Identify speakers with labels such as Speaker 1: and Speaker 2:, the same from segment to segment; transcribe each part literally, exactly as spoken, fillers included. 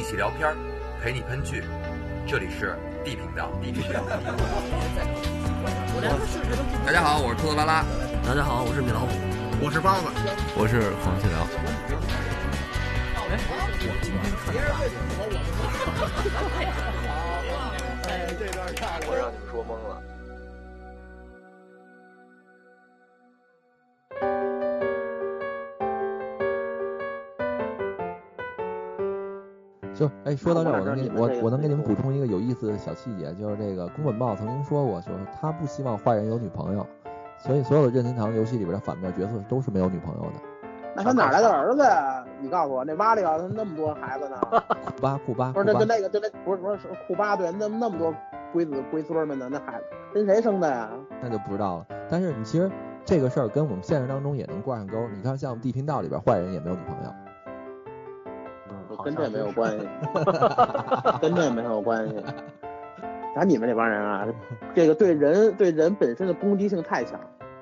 Speaker 1: 起聊片，陪你喷剧。这里是 D 频道。D 频道。大家好，我是兔子拉拉。
Speaker 2: 大家好，我是米老虎。
Speaker 3: 我是包子。
Speaker 4: 我是黄细辽。
Speaker 2: 哎，我今天看
Speaker 3: 哎，这段太
Speaker 5: 我让你们说懵了。
Speaker 4: 就哎，说到这儿，我能给我我能给你们补充一个有意思的小细节，就是这个宫本茂曾经说过，就是他不希望坏人有女朋友，所以所有的任天堂游戏里边的反面角色都是没有女朋友的。
Speaker 6: 那他哪来的儿子呀？你告诉我，那瓦里奥他那么多孩子呢？
Speaker 4: 库巴库巴
Speaker 6: 不是，那就那个就那不是不是库巴对，那那么多龟子龟孙们呢，那孩子跟谁生的呀？
Speaker 4: 那就不知道了。但是你其实这个事儿跟我们现实当中也能挂上钩。你看，像地频道里边坏人也没有女朋友。
Speaker 6: 跟这没有关系，跟这没有关系。咱你们这帮人啊，这个对人对人本身的攻击性太强。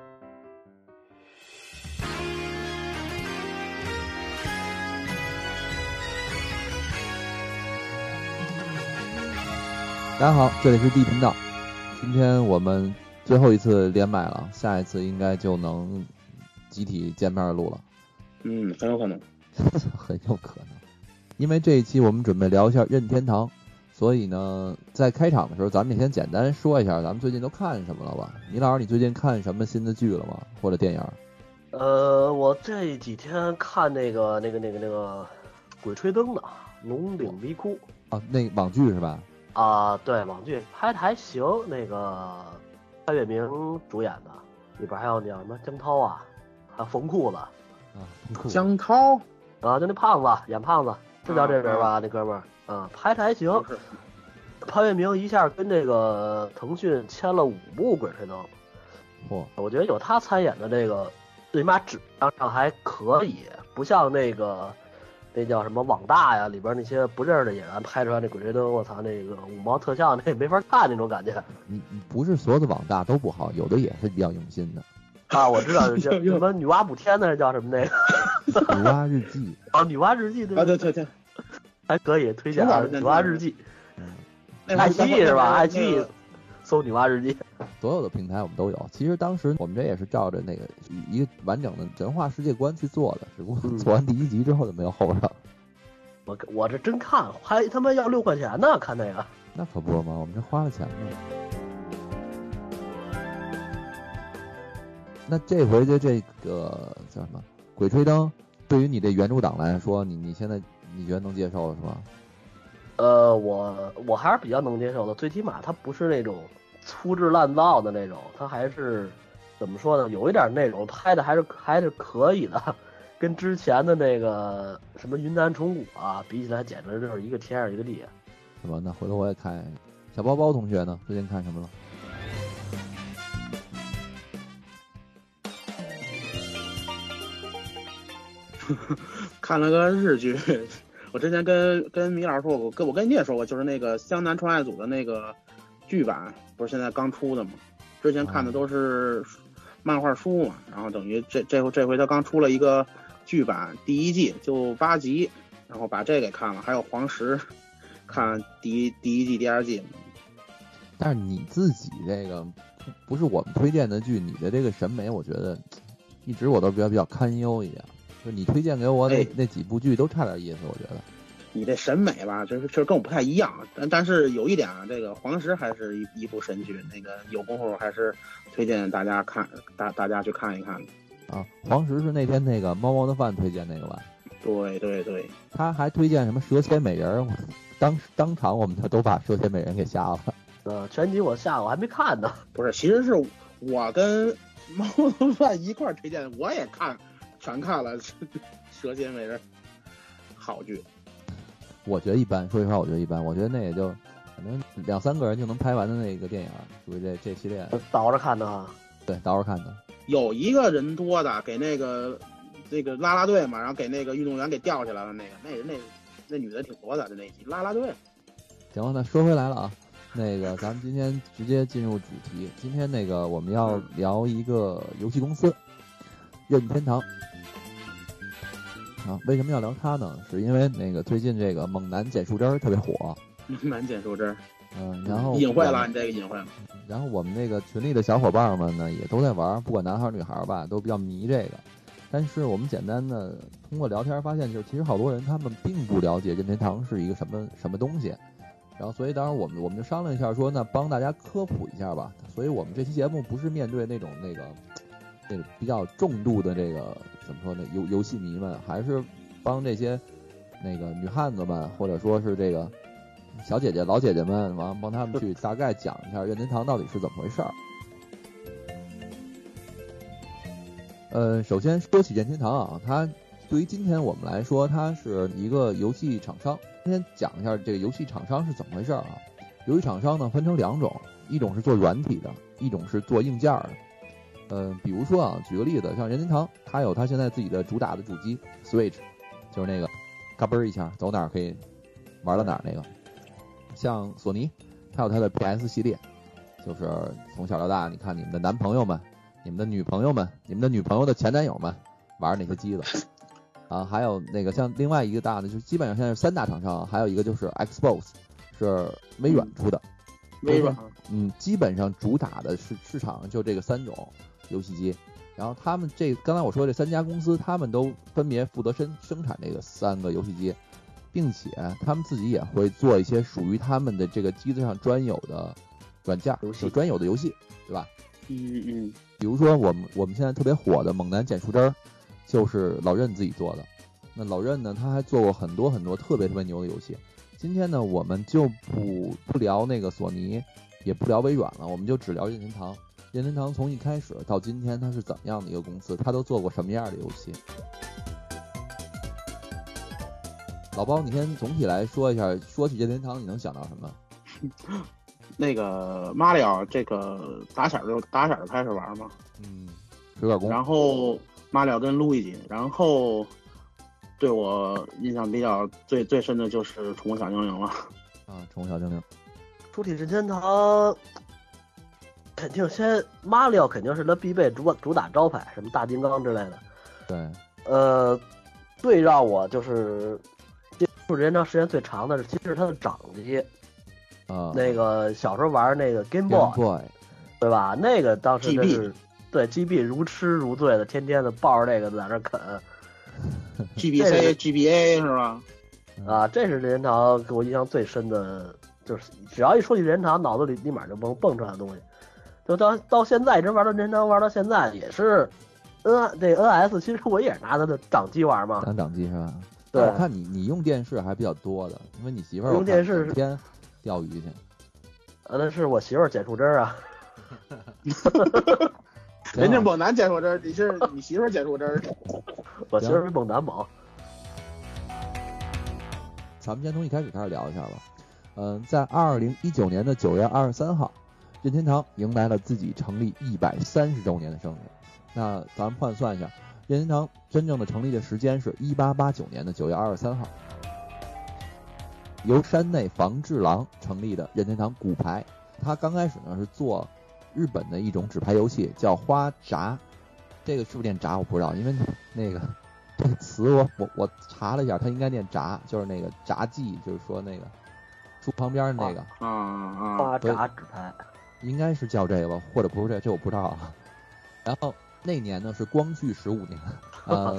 Speaker 4: 大家好，这里是 D 频道。今天我们最后一次连麦了，下一次应该就能集体见面录了。
Speaker 6: 嗯，很有可能，
Speaker 4: 很有可能。因为这一期我们准备聊一下任天堂，所以呢，在开场的时候，咱们也先简单说一下咱们最近都看什么了吧。倪老师，你最近看什么新的剧了吗？或者电影？
Speaker 2: 呃，我这几天看那个那个那个那个《鬼吹灯》的《龙岭迷窟》
Speaker 4: 啊，那网剧是吧？
Speaker 2: 啊，对，网剧拍的还行。那个蔡月明主演的，里边还有叫什么江涛啊，还有冯裤子
Speaker 4: 啊，冯裤子
Speaker 6: 江涛
Speaker 2: 啊，就那胖子演胖子。是叫这人吧、啊，那哥们儿啊，拍的还行。潘粤明一下跟这个腾讯签了五部《鬼吹灯》，
Speaker 4: 嚯！
Speaker 2: 我觉得有他参演的这个，最起码质量上还可以，不像那个那叫什么网大呀里边那些不认识的演员拍出来那《鬼吹灯》，我操，那个五毛特效那没法看那种感觉。
Speaker 4: 你你不是所有的网大都不好，有的也是比较用心的。
Speaker 2: 啊，我知道叫什么女娲补天的，叫什么那个
Speaker 4: 女娲日记
Speaker 2: 啊，女娲日记对
Speaker 6: 啊，对对对，
Speaker 2: 还可以推荐啊，女娲日记，
Speaker 4: 嗯，
Speaker 2: 爱奇艺是吧？爱奇艺搜女娲日记，
Speaker 4: 所有的平台我们都有。其实当时我们这也是照着那个一个完整的神话世界观去做的，只不过做完第一集之后就没有后边了。
Speaker 2: 我我这真看了，还他妈要六块钱呢，看那个。
Speaker 4: 那可不是嘛，我们这花了钱呢。那这回的这个叫什么《鬼吹灯》，对于你这原著党来说，你你现在你觉得能接受是吧？
Speaker 2: 呃，我我还是比较能接受的，最起码它不是那种粗制滥造的那种，它还是怎么说呢，有一点内容，拍的还是还是可以的，跟之前的那个什么云南虫谷啊比起来，简直就是一个天上一个地。
Speaker 4: 是吧？那回头我也看一下。小包包同学呢？最近看什么了？
Speaker 6: 看了个日剧，我之前跟跟米老师说过，跟我跟你也说过，就是那个湘南创爱组的那个剧版，不是现在刚出的吗？之前看的都是漫画书嘛，然后等于这这回这回他刚出了一个剧版，第一季就八集，然后把这给看了，还有黄石看第一第一季第二季。
Speaker 4: 但是你自己这个不是我们推荐的剧，你的这个审美我觉得一直我都比较比较堪忧一样。就你推荐给我那、哎、那几部剧都差点意思，我觉得。
Speaker 6: 你这审美吧，就是确实跟我不太一样，但但是有一点啊，这个黄石还是一一部神剧，那个有功夫还是推荐大家看，大大家去看一看
Speaker 4: 啊。黄石是那天那个猫猫的饭推荐那个吧？
Speaker 6: 对对对，
Speaker 4: 他还推荐什么蛇蝎美人，当当场我们都把蛇蝎美人给下了。
Speaker 2: 呃，全集我下我还没看呢。
Speaker 6: 不是，其实是我跟猫猫的饭一块推荐，我也看。全看了《蛇蝎美人》，好剧。
Speaker 4: 我觉得一般，说实话，我觉得一般。我觉得那也就可能两三个人就能拍完的那个电影，属于这这系列。
Speaker 2: 倒着看的啊？
Speaker 4: 对，倒着看的。
Speaker 6: 有一个人多的，给那个那个啦啦队嘛，然后给那个运动员给吊起来了，那个那那那女的挺多的，就那一集啦啦队。
Speaker 4: 行了，那说回来了啊，那个咱们今天直接进入主题。今天那个我们要聊一个游戏公司，任天堂。 啊，为什么要聊他呢？是因为那个最近这个猛男捡树枝儿特别火，
Speaker 6: 猛男捡树枝儿，
Speaker 4: 嗯，然后
Speaker 6: 隐晦了，你这个隐晦了。
Speaker 4: 然后我们那个群里的小伙伴们呢，也都在玩，不管男孩女孩吧，都比较迷这个。但是我们简单的通过聊天发现，就是其实好多人他们并不了解任天堂是一个什么什么东西。然后，所以当时我们我们就商量一下说，那帮大家科普一下吧。所以我们这期节目不是面对那种那个那个比较重度的这个怎么说呢游游戏迷们，还是帮这些那个女汉子们，或者说是这个小姐姐老姐姐们，完帮他们去大概讲一下任天堂到底是怎么回事儿。呃，首先说起任天堂啊，它对于今天我们来说，它是一个游戏厂商。今天讲一下这个游戏厂商是怎么回事啊？游戏厂商呢分成两种，一种是做软体的，一种是做硬件的。呃，比如说啊，举个例子，像任天堂，它有它现在自己的主打的主机 Switch， 就是那个嘎嘣一下走哪儿可以玩到哪儿那个。像索尼，它有它的 P S 系列，就是从小到大，你看你们的男朋友们、你们的女朋友们、你们的女朋友的前男友们玩那些机子。啊，还有那个像另外一个大的，就是基本上现在是三大厂商，还有一个就是 Xbox， 是微软出的。
Speaker 6: 微软，
Speaker 4: 嗯，基本上主打的是市场就这个三种游戏机。然后他们这刚才我说这三家公司，他们都分别负责生生产这个三个游戏机，并且他们自己也会做一些属于他们的这个机子上专有的软件，就专有的游戏，对吧？
Speaker 6: 嗯嗯。
Speaker 4: 比如说我们我们现在特别火的猛男捡树枝儿。就是老任自己做的。那老任呢，他还做过很多很多特别特别牛的游戏。今天呢，我们就不不聊那个索尼，也不聊微软了，我们就只聊任天堂。任天堂从一开始到今天，它是怎样的一个公司？它都做过什么样的游戏？老包，你先总体来说一下，说起任天堂，你能想到什么？
Speaker 6: 那个马里奥，这个打小就打小就开始玩嘛。
Speaker 4: 嗯，水管工。
Speaker 6: 然后。马里奥跟路易吉，然后对我印象比较最最深的就是宠物小精灵了。
Speaker 4: 啊，宠物小精灵。
Speaker 2: 说起任天堂，肯定先马里奥肯定是它必备主主打招牌，什么大金刚之类的。
Speaker 4: 对。
Speaker 2: 呃，最让我就是接触任天堂时间最长的是，其实是它的掌机。
Speaker 4: 啊。
Speaker 2: 那个小时候玩那个 Game Boy，,
Speaker 4: Game Boy
Speaker 2: 对吧？那个当时真是。
Speaker 6: G B
Speaker 2: 对 G B 如痴如醉的，天天的抱着这个在那啃。
Speaker 6: G B C、G B A 是吧？
Speaker 2: 啊，这是任天堂给我印象最深的，就是只要一说起任天堂，脑子里立马就蹦蹦出来的东西。就到到现在一直玩到任天堂，玩到现在也是 N 这 N S， 其实我也是拿它的掌机玩嘛。
Speaker 4: 拿掌机是吧？
Speaker 2: 对。
Speaker 4: 我看你你用电视还比较多的，因为你媳妇儿
Speaker 2: 用电视
Speaker 4: 天钓鱼去。
Speaker 2: 呃，那是我媳妇儿捡树枝啊。
Speaker 6: 人家猛男捡树枝，你是你媳妇儿捡树枝。
Speaker 2: 我媳妇儿比猛男猛。
Speaker 4: 咱们先从一开始开始聊一下吧。嗯、呃，在二零一九年的九月二十三号，任天堂迎来了自己成立一百三十周年的生日。那咱们换算一下，任天堂真正的成立的时间是一八八九年的九月二十三号，由山内房治郎成立的任天堂骨牌。他刚开始呢是做日本的一种纸牌游戏，叫花札。这个是不是念札我不知道，因为那个这个词我我我查了一下，它应该念札，就是那个札记，就是说那个书旁边那个
Speaker 6: 啊啊
Speaker 2: 花札纸牌，
Speaker 4: 应该是叫这个吧，或者不是这，这我不知道啊。然后那年呢是光绪十五年，呃，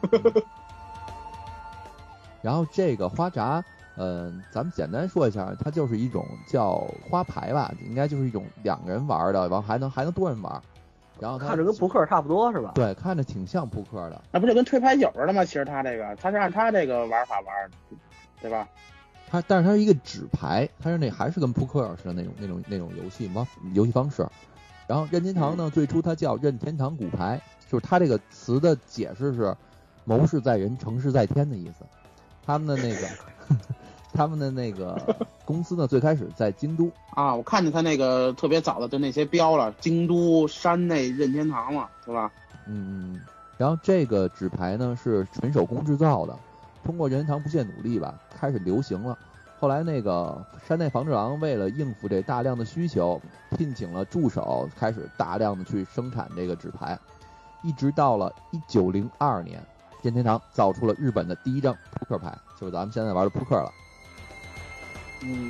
Speaker 4: 然后这个花札。嗯、呃，咱们简单说一下，它就是一种叫花牌吧，应该就是一种两个人玩的，然后还能还能多人玩，然后它
Speaker 2: 看着跟扑克差不多是吧？
Speaker 4: 对，看着挺像扑克的。
Speaker 6: 那不就跟推牌九似的吗？其实它这个，它是按它这个玩法玩，对吧？
Speaker 4: 它但是它是一个纸牌，它是那还是跟扑克似的那种那种那种游戏方游戏方式。然后任天堂呢，嗯、最初它叫任天堂骨牌，就是它这个词的解释是谋事在人，成事在天的意思。他们的那个。他们的那个公司呢，最开始在京都
Speaker 6: 啊，我看见他那个特别早的就那些标了，京都山内任天堂嘛，对吧？
Speaker 4: 嗯，然后这个纸牌呢是纯手工制造的，通过任天堂不懈努力吧，开始流行了。后来那个山内房治郎为了应付这大量的需求，聘请了助手，开始大量的去生产这个纸牌，一直到了一九零二年， 任天堂造出了日本的第一张扑克牌，就是咱们现在玩的扑克了。
Speaker 6: 嗯，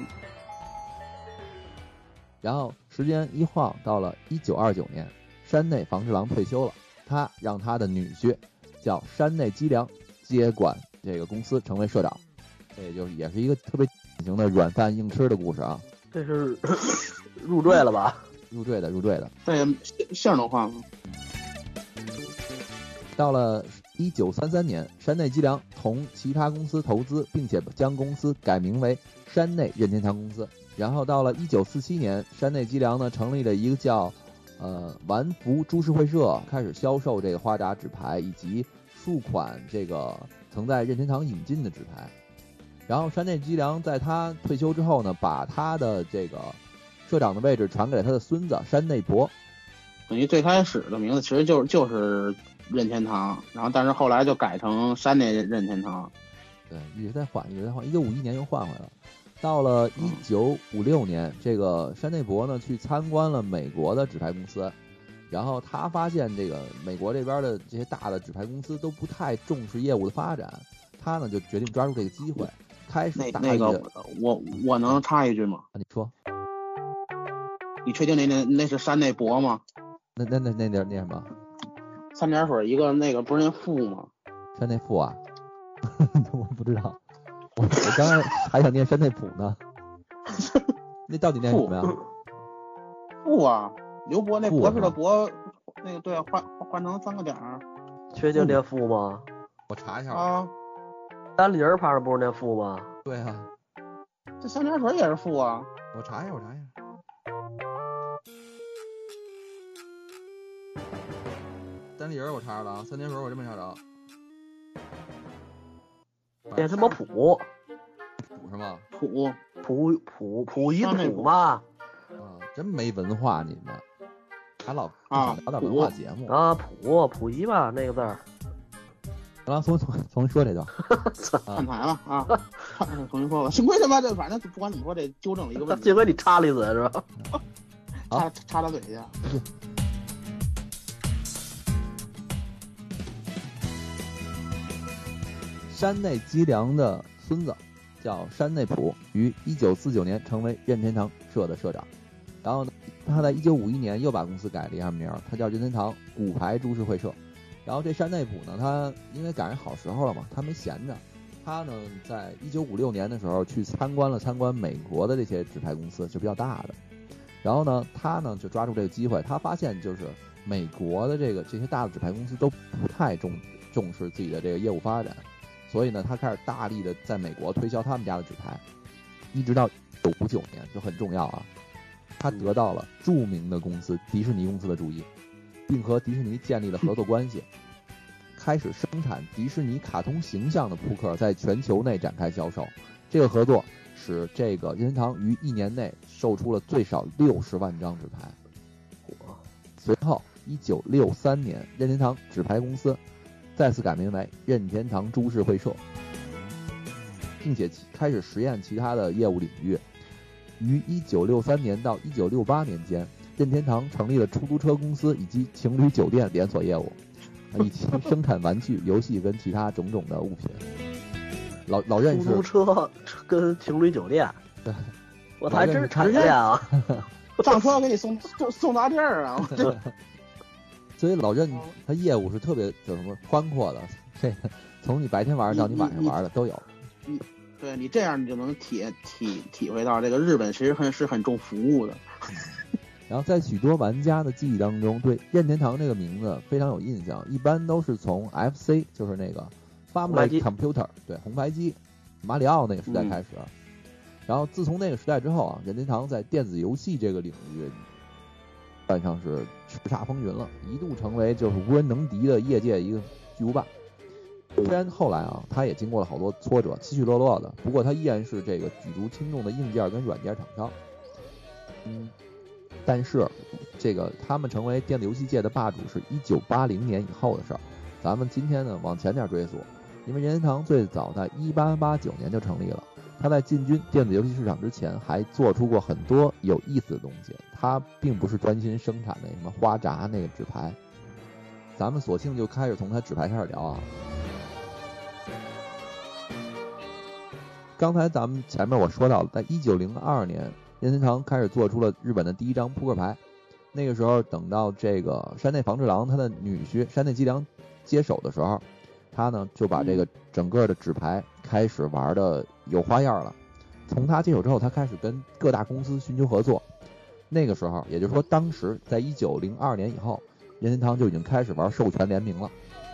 Speaker 4: 然后时间一晃到了一九二九年，山内房之郎退休了，他让他的女婿叫山内基良接管这个公司，成为社长。这也就是也是一个特别典型的软饭硬吃的故事啊。
Speaker 2: 这是入赘了吧？
Speaker 4: 入赘的，入赘的。
Speaker 6: 对，姓儿都换了。
Speaker 4: 到了一九三三年，山内基良同其他公司投资，并且将公司改名为山内任天堂公司。然后到了一九四七年，山内基良呢成立了一个叫呃丸福株式会社，开始销售这个花札纸牌以及数款这个曾在任天堂引进的纸牌。然后山内基良在他退休之后呢，把他的这个社长的位置传给了他的孙子山内博。
Speaker 6: 等于最开始的名字其实就是就是任天堂，然后但是后来就改成山内任天堂。
Speaker 4: 对，一直在换，一直在换。一九五一年又换回来了。到了一九五六年，这个山内博呢去参观了美国的纸牌公司，然后他发现这个美国这边的这些大的纸牌公司都不太重视业务的发展，他呢就决定抓住这个机会，开始大力的。
Speaker 6: 那那个我我能插一句吗？
Speaker 4: 你说。
Speaker 6: 你确定那那那是山内博吗？
Speaker 4: 那那那那点念什么？
Speaker 6: 三点水一个那个不是那富吗？
Speaker 4: 山内富啊？我不知道，我我刚才还想念山内普呢。那到底念什么呀？
Speaker 6: 富啊，刘博那博士的博，那个对，换换成三个点儿。
Speaker 2: 确定念富吗？
Speaker 4: 我查一下
Speaker 6: 啊。
Speaker 2: 单立人旁的不是念富吗？
Speaker 4: 对啊。
Speaker 6: 这三点水也是富啊。
Speaker 4: 我查一下，我查一下。单立人我查着了啊，三点水我真没查着。
Speaker 2: 念他妈普
Speaker 4: 普是吗？
Speaker 6: 普
Speaker 2: 普普普一普嘛。
Speaker 4: 啊，真没文化你们，还老
Speaker 6: 啊
Speaker 4: 聊点文化节目
Speaker 2: 啊，普普一吧那个字儿。
Speaker 4: 好了，重重重新说这段。
Speaker 6: 看台了啊，重新说吧。幸亏他妈这反正不管怎么说，这纠正了一个问题。
Speaker 2: 幸亏你插了一嘴是吧？
Speaker 6: 插插他嘴去。
Speaker 4: 山内基良的孙子叫山内溥，于一九四九年成为任天堂社的社长。然后呢，他在一九五一年又把公司改了一下名，他叫任天堂骨牌株式会社。然后这山内溥呢，他因为赶上好时候了嘛，他没闲着。他呢，在一九五六年的时候去参观了参观美国的这些纸牌公司，就比较大的。然后呢，他呢就抓住这个机会，他发现就是美国的这个这些大的纸牌公司都不太重重视自己的这个业务发展。所以呢，他开始大力的在美国推销他们家的纸牌，一直到一九五九年就很重要啊，他得到了著名的公司迪士尼公司的注意，并和迪士尼建立了合作关系，开始生产迪士尼卡通形象的扑克，在全球内展开销售。这个合作使这个任天堂于一年内售出了最少六十万张纸牌。随后，一九六三年，任天堂纸牌公司再次改名为任天堂株式会社，并且开始实验其他的业务领域。于一九六三年到一九六八年间，任天堂成立了出租车公司以及情侣酒店连锁业务，以及生产玩具、游戏跟其他种种的物品。老老任是
Speaker 2: 出租车跟情侣酒店，
Speaker 4: 对，
Speaker 2: 我还真是产业链啊！
Speaker 6: 上车给你送送送大地儿啊！
Speaker 4: 所以老任他业务是特别叫什么宽阔的，这个从你白天玩到你晚上玩的都有。
Speaker 6: 你对你这样你就能体体体会到这个日本其实很是很重服务的。
Speaker 4: 然后在许多玩家的记忆当中，对任天堂这个名字非常有印象，一般都是从 F C 就是那个 Family Computer 对红白机马里奥那个时代开始。嗯、然后自从那个时代之后啊，任天堂在电子游戏这个领域算上是叱咤风云了，一度成为就是无人能敌的业界一个巨无霸。虽然后来啊，他也经过了好多挫折，起起落落的，不过他依然是这个举足轻重的硬件跟软件厂商。嗯，但是这个他们成为电子游戏界的霸主是一九八零年以后的事儿。咱们今天呢往前点追溯，因为任天堂最早在一八八九年就成立了。他在进军电子游戏市场之前，还做出过很多有意思的东西。他并不是专心生产那什么花札那个纸牌。咱们索性就开始从他纸牌开始聊啊。 刚才咱们前面我说到了，在一九零二年，任天堂开始做出了日本的第一张扑克牌。那个时候，等到这个山内房治郎他的女婿山内基良接手的时候，他呢就把这个整个的纸牌开始玩的有花样了。从他接手之后，他开始跟各大公司寻求合作。那个时候，也就是说，当时在一九零二年以后，任天堂就已经开始玩授权联名了。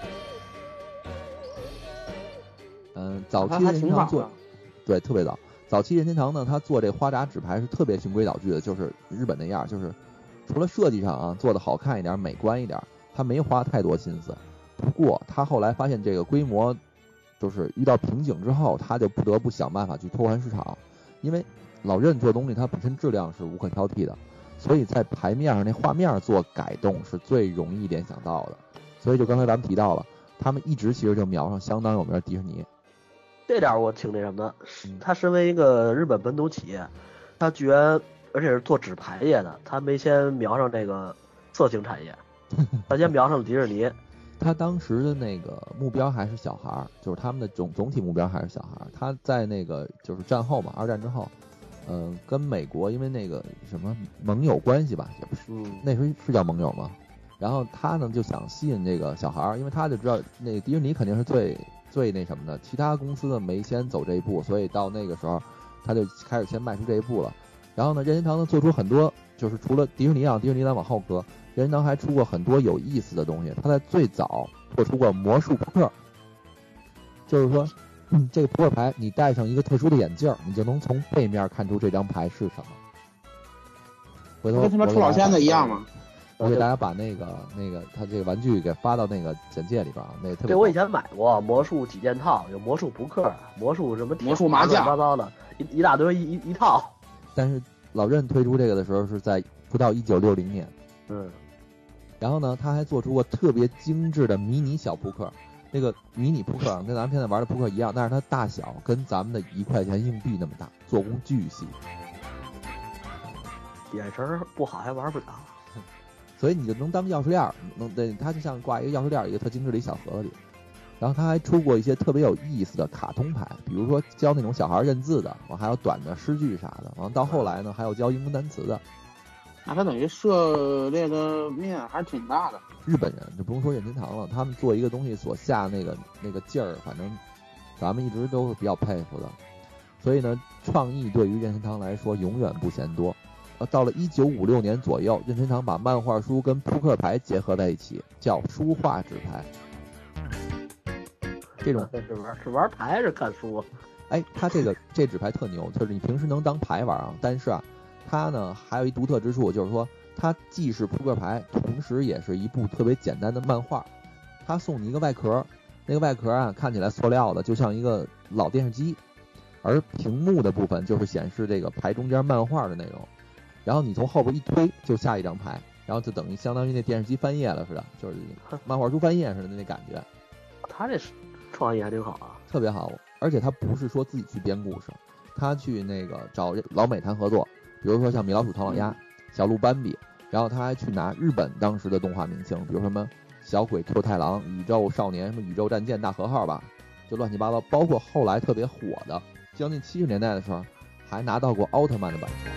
Speaker 4: 嗯，早期任天堂做，对，特别早。早期任天堂呢，他做这花札纸牌是特别循规蹈矩的，就是日本那样，就是除了设计上啊做的好看一点、美观一点，他没花太多心思。不过他后来发现这个规模就是遇到瓶颈之后，他就不得不想办法去拓宽市场，因为老任做东西它本身质量是无可挑剔的，所以在牌面上那画面做改动是最容易联想到的。所以就刚才咱们提到了，他们一直其实就瞄上相当有名的迪士尼。
Speaker 2: 这点我挺那什么的，他身为一个日本本土企业，他居然而且是做纸牌业的，他没先瞄上这个色情产业，他先瞄上了迪士尼。
Speaker 4: 他当时的那个目标还是小孩，就是他们的总总体目标还是小孩。他在那个就是战后嘛，二战之后，嗯、呃，跟美国因为那个什么盟友关系吧，也不是，
Speaker 2: 嗯，
Speaker 4: 那时候是叫盟友吗？然后他呢就想吸引这个小孩，因为他就知道那个迪士尼肯定是最最那什么的，其他公司呢没先走这一步，所以到那个时候他就开始先迈出这一步了。然后呢，任天堂呢做出很多，就是除了迪士尼啊，迪士尼再往后搁，任天堂还出过很多有意思的东西。他在最早做出过魔术扑克，就是说，嗯，这个扑克牌你戴上一个特殊的眼镜，你就能从背面看出这张牌是什么。回头
Speaker 6: 跟他妈出老千的一样吗？
Speaker 4: 我给大家把那个那个他这个玩具给发到那个简介里边啊，那个特别。
Speaker 2: 这我以前买过魔术几件套，有魔术扑克、魔术什么
Speaker 6: 魔术麻将，
Speaker 2: 乱七八糟的，一一大堆一一一套。
Speaker 4: 但是老任推出这个的时候是在不到一九六零年，
Speaker 2: 嗯，
Speaker 4: 然后呢，他还做出过特别精致的迷你小扑克，那个迷你扑克跟咱们现在玩的扑克一样，但是它大小跟咱们的一块钱硬币那么大，做工巨细，
Speaker 2: 眼神不好还玩不了。
Speaker 4: 所以你就能当钥匙链，能对它就像挂一个钥匙链，一个特精致的一小盒子里。然后他还出过一些特别有意思的卡通牌，比如说教那种小孩认字的，完还有短的诗句啥的，完到后来呢还有教英文单词的。
Speaker 6: 那他等于涉猎的面还是挺大的。
Speaker 4: 日本人就不用说任天堂了，他们做一个东西所下那个那个劲儿，反正咱们一直都是比较佩服的。所以呢，创意对于任天堂来说永远不嫌多。呃，到了一九五六年左右，任天堂把漫画书跟扑克牌结合在一起，叫书画纸牌。这种
Speaker 2: 是玩是玩牌是看书？
Speaker 4: 哎，它这个这纸牌特牛，就是你平时能当牌玩啊，但是啊，它呢还有一独特之处，就是说它既是扑克牌，同时也是一部特别简单的漫画。它送你一个外壳，那个外壳啊看起来塑料的，就像一个老电视机，而屏幕的部分就是显示这个牌中间漫画的内容。然后你从后边一推就下一张牌，然后就等于相当于那电视机翻页了似的，就是漫画书翻页似的那感觉。
Speaker 2: 他这创意还挺好啊，
Speaker 4: 特别好。而且他不是说自己去编故事，他去那个找老美谈合作，比如说像米老鼠、唐老鸭、小鹿斑比，然后他还去拿日本当时的动画明星，比如什么小鬼 Q 太郎、宇宙少年、什么宇宙战舰大和号吧，就乱七八糟。包括后来特别火的，将近七十年代的时候，还拿到过奥特曼的版权。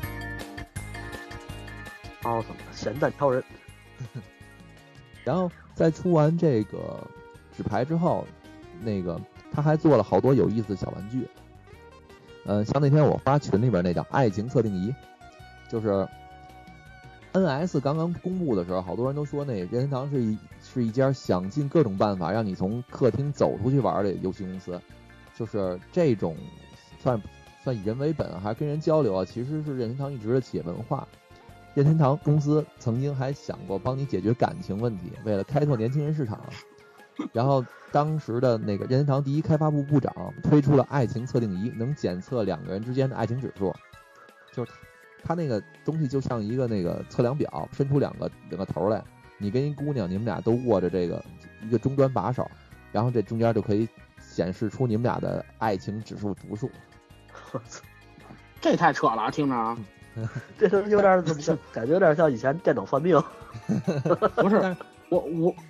Speaker 2: 奥特曼、咸蛋超人。
Speaker 4: 然后在出完这个纸牌之后，那个他还做了好多有意思的小玩具。呃，像那天我发群里边那叫爱情测定仪，就是 N S 刚刚公布的时候，好多人都说那任天堂是一是一家想尽各种办法让你从客厅走出去玩的游戏公司，就是这种算算以人为本还是跟人交流啊，其实是任天堂一直的企业文化。任天堂公司曾经还想过帮你解决感情问题，为了开拓年轻人市场，然后当时的那个任天堂第一开发部部长推出了爱情测定仪，能检测两个人之间的爱情指数，就是他那个东西就像一个那个测量表，伸出两个两个头来，你跟一姑娘，你们俩都握着这个一个终端把手，然后这中间就可以显示出你们俩的爱情指数读数。
Speaker 6: 这太扯了，听着啊。
Speaker 2: 这都有点怎么像，感觉有点像以前电脑算命。
Speaker 6: 不是，我我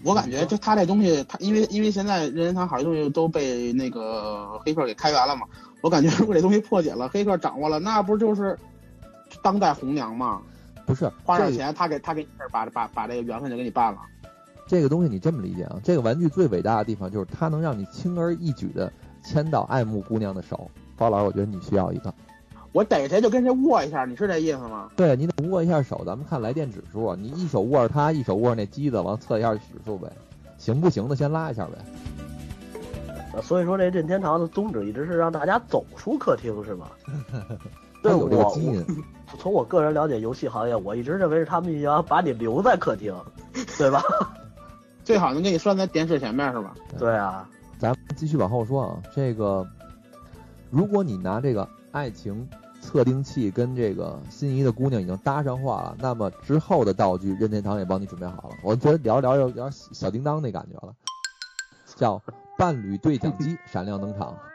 Speaker 6: 我感觉就他这东西，他因为因为现在任天堂好多东西都被那个黑客给开源了嘛，我感觉如果这东西破解了，黑客掌握了，那不就是当代红娘吗？
Speaker 4: 不是
Speaker 6: 花点钱，他给他给你把把把这个缘分就给你办了。
Speaker 4: 这个东西你这么理解啊？这个玩具最伟大的地方就是它能让你轻而易举的牵到爱慕姑娘的手。包老师，我觉得你需要一个。
Speaker 6: 我逮谁就跟谁握一下，你是这意思吗？
Speaker 4: 对，你得握一下手，咱们看来电指数，你一手握着它，一手握着那机子，完测一下指数呗，行不行的先拉一下呗。
Speaker 2: 所以说这任天堂的宗旨一直是让大家走出客厅，是吗？
Speaker 4: 它有这个基因。
Speaker 2: 从我个人了解游戏行业，我一直认为是他们要把你留在客厅，对吧？
Speaker 6: 最好能给你拴在电视前面，是吧？
Speaker 2: 对啊。
Speaker 4: 咱们继续往后说啊，这个，如果你拿这个爱情测定器跟这个心仪的姑娘已经搭上话了，那么之后的道具任天堂也帮你准备好了。我觉得聊聊有点小叮当那感觉了，叫伴侣对讲机闪亮登场。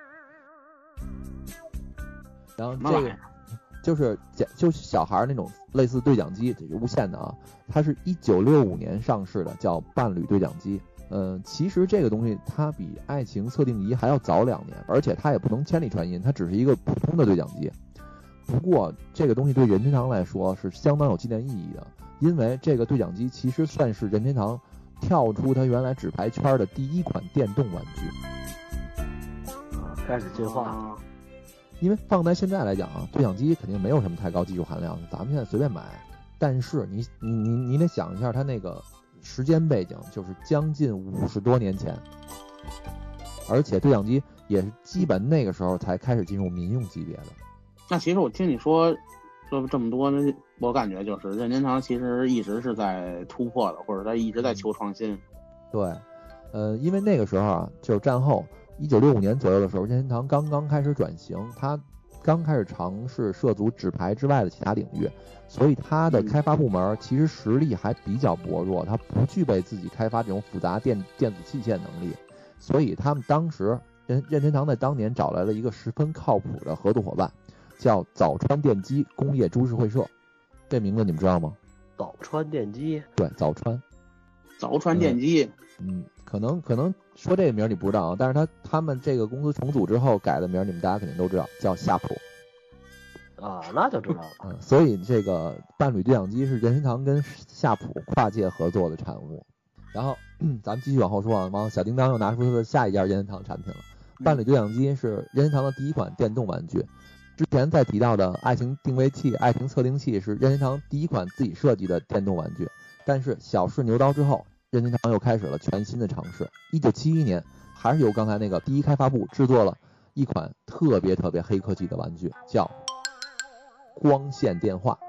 Speaker 4: 然后这个就是就是小孩那种类似对讲机，无线的啊，它是一九六五年上市的，叫伴侣对讲机。嗯，其实这个东西它比爱情测定仪还要早两年，而且它也不能千里传音，它只是一个普通的对讲机。不过这个东西对任天堂来说是相当有纪念意义的，因为这个对讲机其实算是任天堂跳出它原来纸牌圈的第一款电动玩具。
Speaker 2: 啊，开始进化了。
Speaker 6: 啊
Speaker 4: 因为放在现在来讲啊，对讲机肯定没有什么太高技术含量，咱们现在随便买。但是你你你你得想一下，它那个时间背景就是将近五十多年前，而且对讲机也是基本那个时候才开始进入民用级别的。
Speaker 6: 那其实我听你说说这么多，那我感觉就是任天堂其实一直是在突破的，或者他一直在求创新。
Speaker 4: 对，呃，因为那个时候啊，就是战后一九六五年左右的时候，任天堂刚刚开始转型，它刚开始尝试涉足纸牌之外的其他领域，所以它的开发部门其实实力还比较薄弱，它不具备自己开发这种复杂电电子器械能力，所以他们当时任任天堂在当年找来了一个十分靠谱的合作伙伴，叫早川电机工业株式会社。这名字你们知道吗？
Speaker 2: 早川电机。
Speaker 4: 对，早川。
Speaker 6: 早川电机。
Speaker 4: 嗯，可能可能说这个名你不知道啊，但是他他们这个公司重组之后改的名，你们大家肯定都知道，叫夏普。
Speaker 2: 啊，那就知道了。
Speaker 4: 嗯，所以这个伴侣对讲机是任天堂跟夏普跨界合作的产物。然后、嗯、咱们继续往后说啊，往小叮当又拿出他的下一件任天堂产品了。伴侣对讲机是任天堂的第一款电动玩具。之前在提到的爱情定位器、爱情测定器是任天堂第一款自己设计的电动玩具。但是小试牛刀之后，任天堂又开始了全新的尝试。一九七一年，还是由刚才那个第一开发部制作了一款特别特别黑科技的玩具，叫光线电话。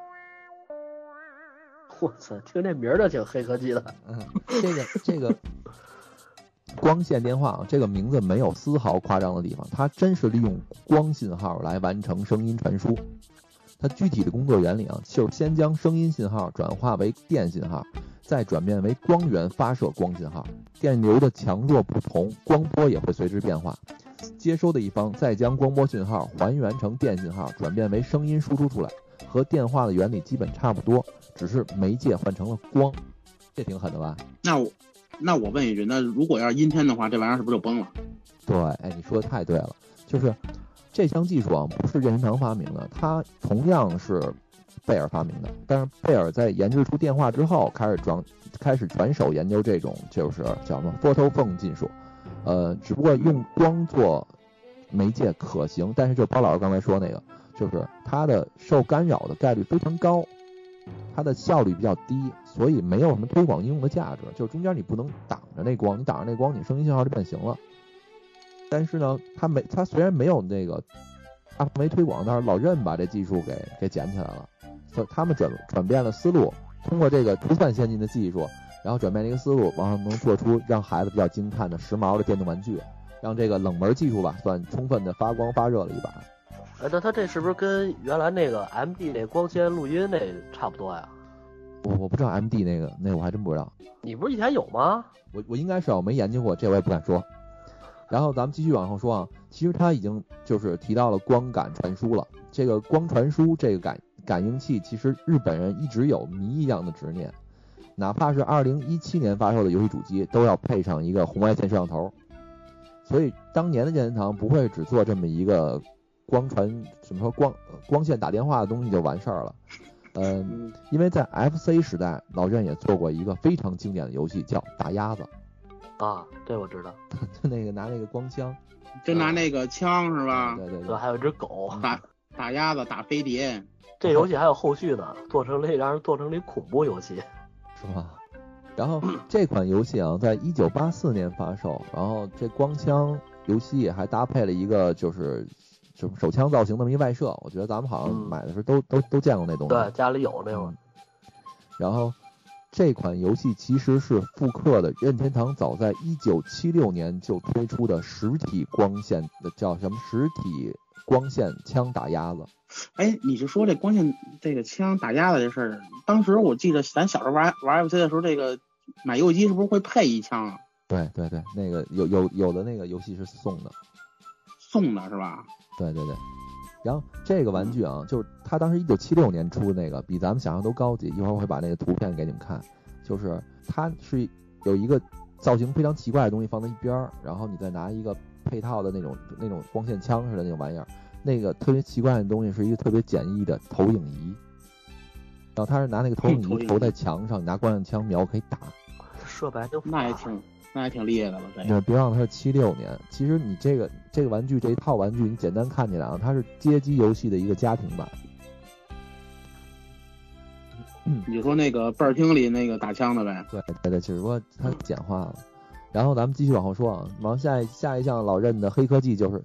Speaker 2: 我操，听这名儿就挺黑科技的。
Speaker 4: 嗯，这个这个光线电话啊，这个名字没有丝毫夸张的地方，它真是利用光信号来完成声音传输。它具体的工作原理啊，就是先将声音信号转化为电信号，再转变为光源发射光信号。电流的强弱不同，光波也会随之变化。接收的一方再将光波信号还原成电信号，转变为声音输出出来，和电话的原理基本差不多，只是媒介换成了光。这挺狠的吧？
Speaker 6: 那我那我问一句，那如果要是阴天的话，这玩意儿是不是就崩了？
Speaker 4: 对，哎，你说的太对了，就是这项技术啊，不是任天堂发明的，它同样是贝尔发明的。但是贝尔在研制出电话之后，开始转开始转手研究这种就是叫什么 photo phone 技术，呃，只不过用光做媒介可行，但是就包老师刚才说那个，就是它的受干扰的概率非常高，它的效率比较低，所以没有什么推广应用的价值。就是中间你不能挡着那光，你挡着那光，你声音信号就变形了。但是呢，它没，它虽然没有那个大范围推广，但是老任把这技术给给捡起来了，所以他们转转变了思路，通过这个不算先进的技术，然后转变了一个思路，往上能做出让孩子比较惊叹的时髦的电动玩具，让这个冷门技术吧，算充分的发光发热了一把。
Speaker 2: 哎，那它这是不是跟原来那个 M D 那光纤录音那差不多呀？
Speaker 4: 我我不知道 M D 那个那个我还真不知道。
Speaker 2: 你不是以前有吗？
Speaker 4: 我我应该是我没研究过，这我也不敢说。然后咱们继续往后说啊，其实它已经就是提到了光感传输了。这个光传输这个感感应器，其实日本人一直有谜一样的执念， 哪怕是二零一七年发售的游戏主机，都要配上一个红外线摄像头。所以当年的任天堂不会只做这么一个光传什么说光光线打电话的东西就完事儿了。嗯，因为在 F C 时代，老任也做过一个非常经典的游戏，叫打鸭子。
Speaker 2: 啊，这我知道，
Speaker 4: 就那个拿那个光枪，
Speaker 6: 就拿那个枪是吧？
Speaker 4: 对对对，
Speaker 2: 对，还有一只狗，
Speaker 6: 打打鸭子，打飞碟。
Speaker 2: 这游戏还有后续呢，做成了让人做成了一恐怖游戏，
Speaker 4: 是吧？然后这款游戏啊，在一九八四年发售，然后这光枪游戏还搭配了一个就是就是手枪造型的一外设，我觉得咱们好像买的时候都、嗯、都都见过那东西。
Speaker 2: 对，家里有那种。
Speaker 4: 然后这款游戏其实是复刻了任天堂早在一九七六年就推出的实体光线的叫什么实体光线枪打鸭子。
Speaker 6: 哎，你是说这光线这个枪打鸭子这事儿？当时我记得咱小时候玩玩 F C 的时候，这个买游戏机是不是会配一枪啊？
Speaker 4: 对对对，那个有有有的那个游戏是送的，
Speaker 6: 送的是吧？
Speaker 4: 对对对。然后这个玩具啊，就是他当时一九七六年出的那个，比咱们想象都高级。一会儿我会把那个图片给你们看，就是它是有一个造型非常奇怪的东西放在一边儿，然后你再拿一个配套的那种那种光线枪似的那种玩意儿。那个特别奇怪的东西是一个特别简易的投影仪，然后他是拿那个投影仪投在墙上，拿光线枪瞄可以打。
Speaker 2: 设备就
Speaker 6: 那也挺那也挺厉害的了。这
Speaker 4: 个别忘了它是七六年。其实你这个这个玩具这一套玩具，你简单看起来啊，它是街机游戏的一个家庭版。
Speaker 6: 嗯，你就说那个倍儿厅里那个打枪的呗。
Speaker 4: 对对对，只不过它简化了。然后咱们继续往后说啊，往下下一项老任的黑科技就是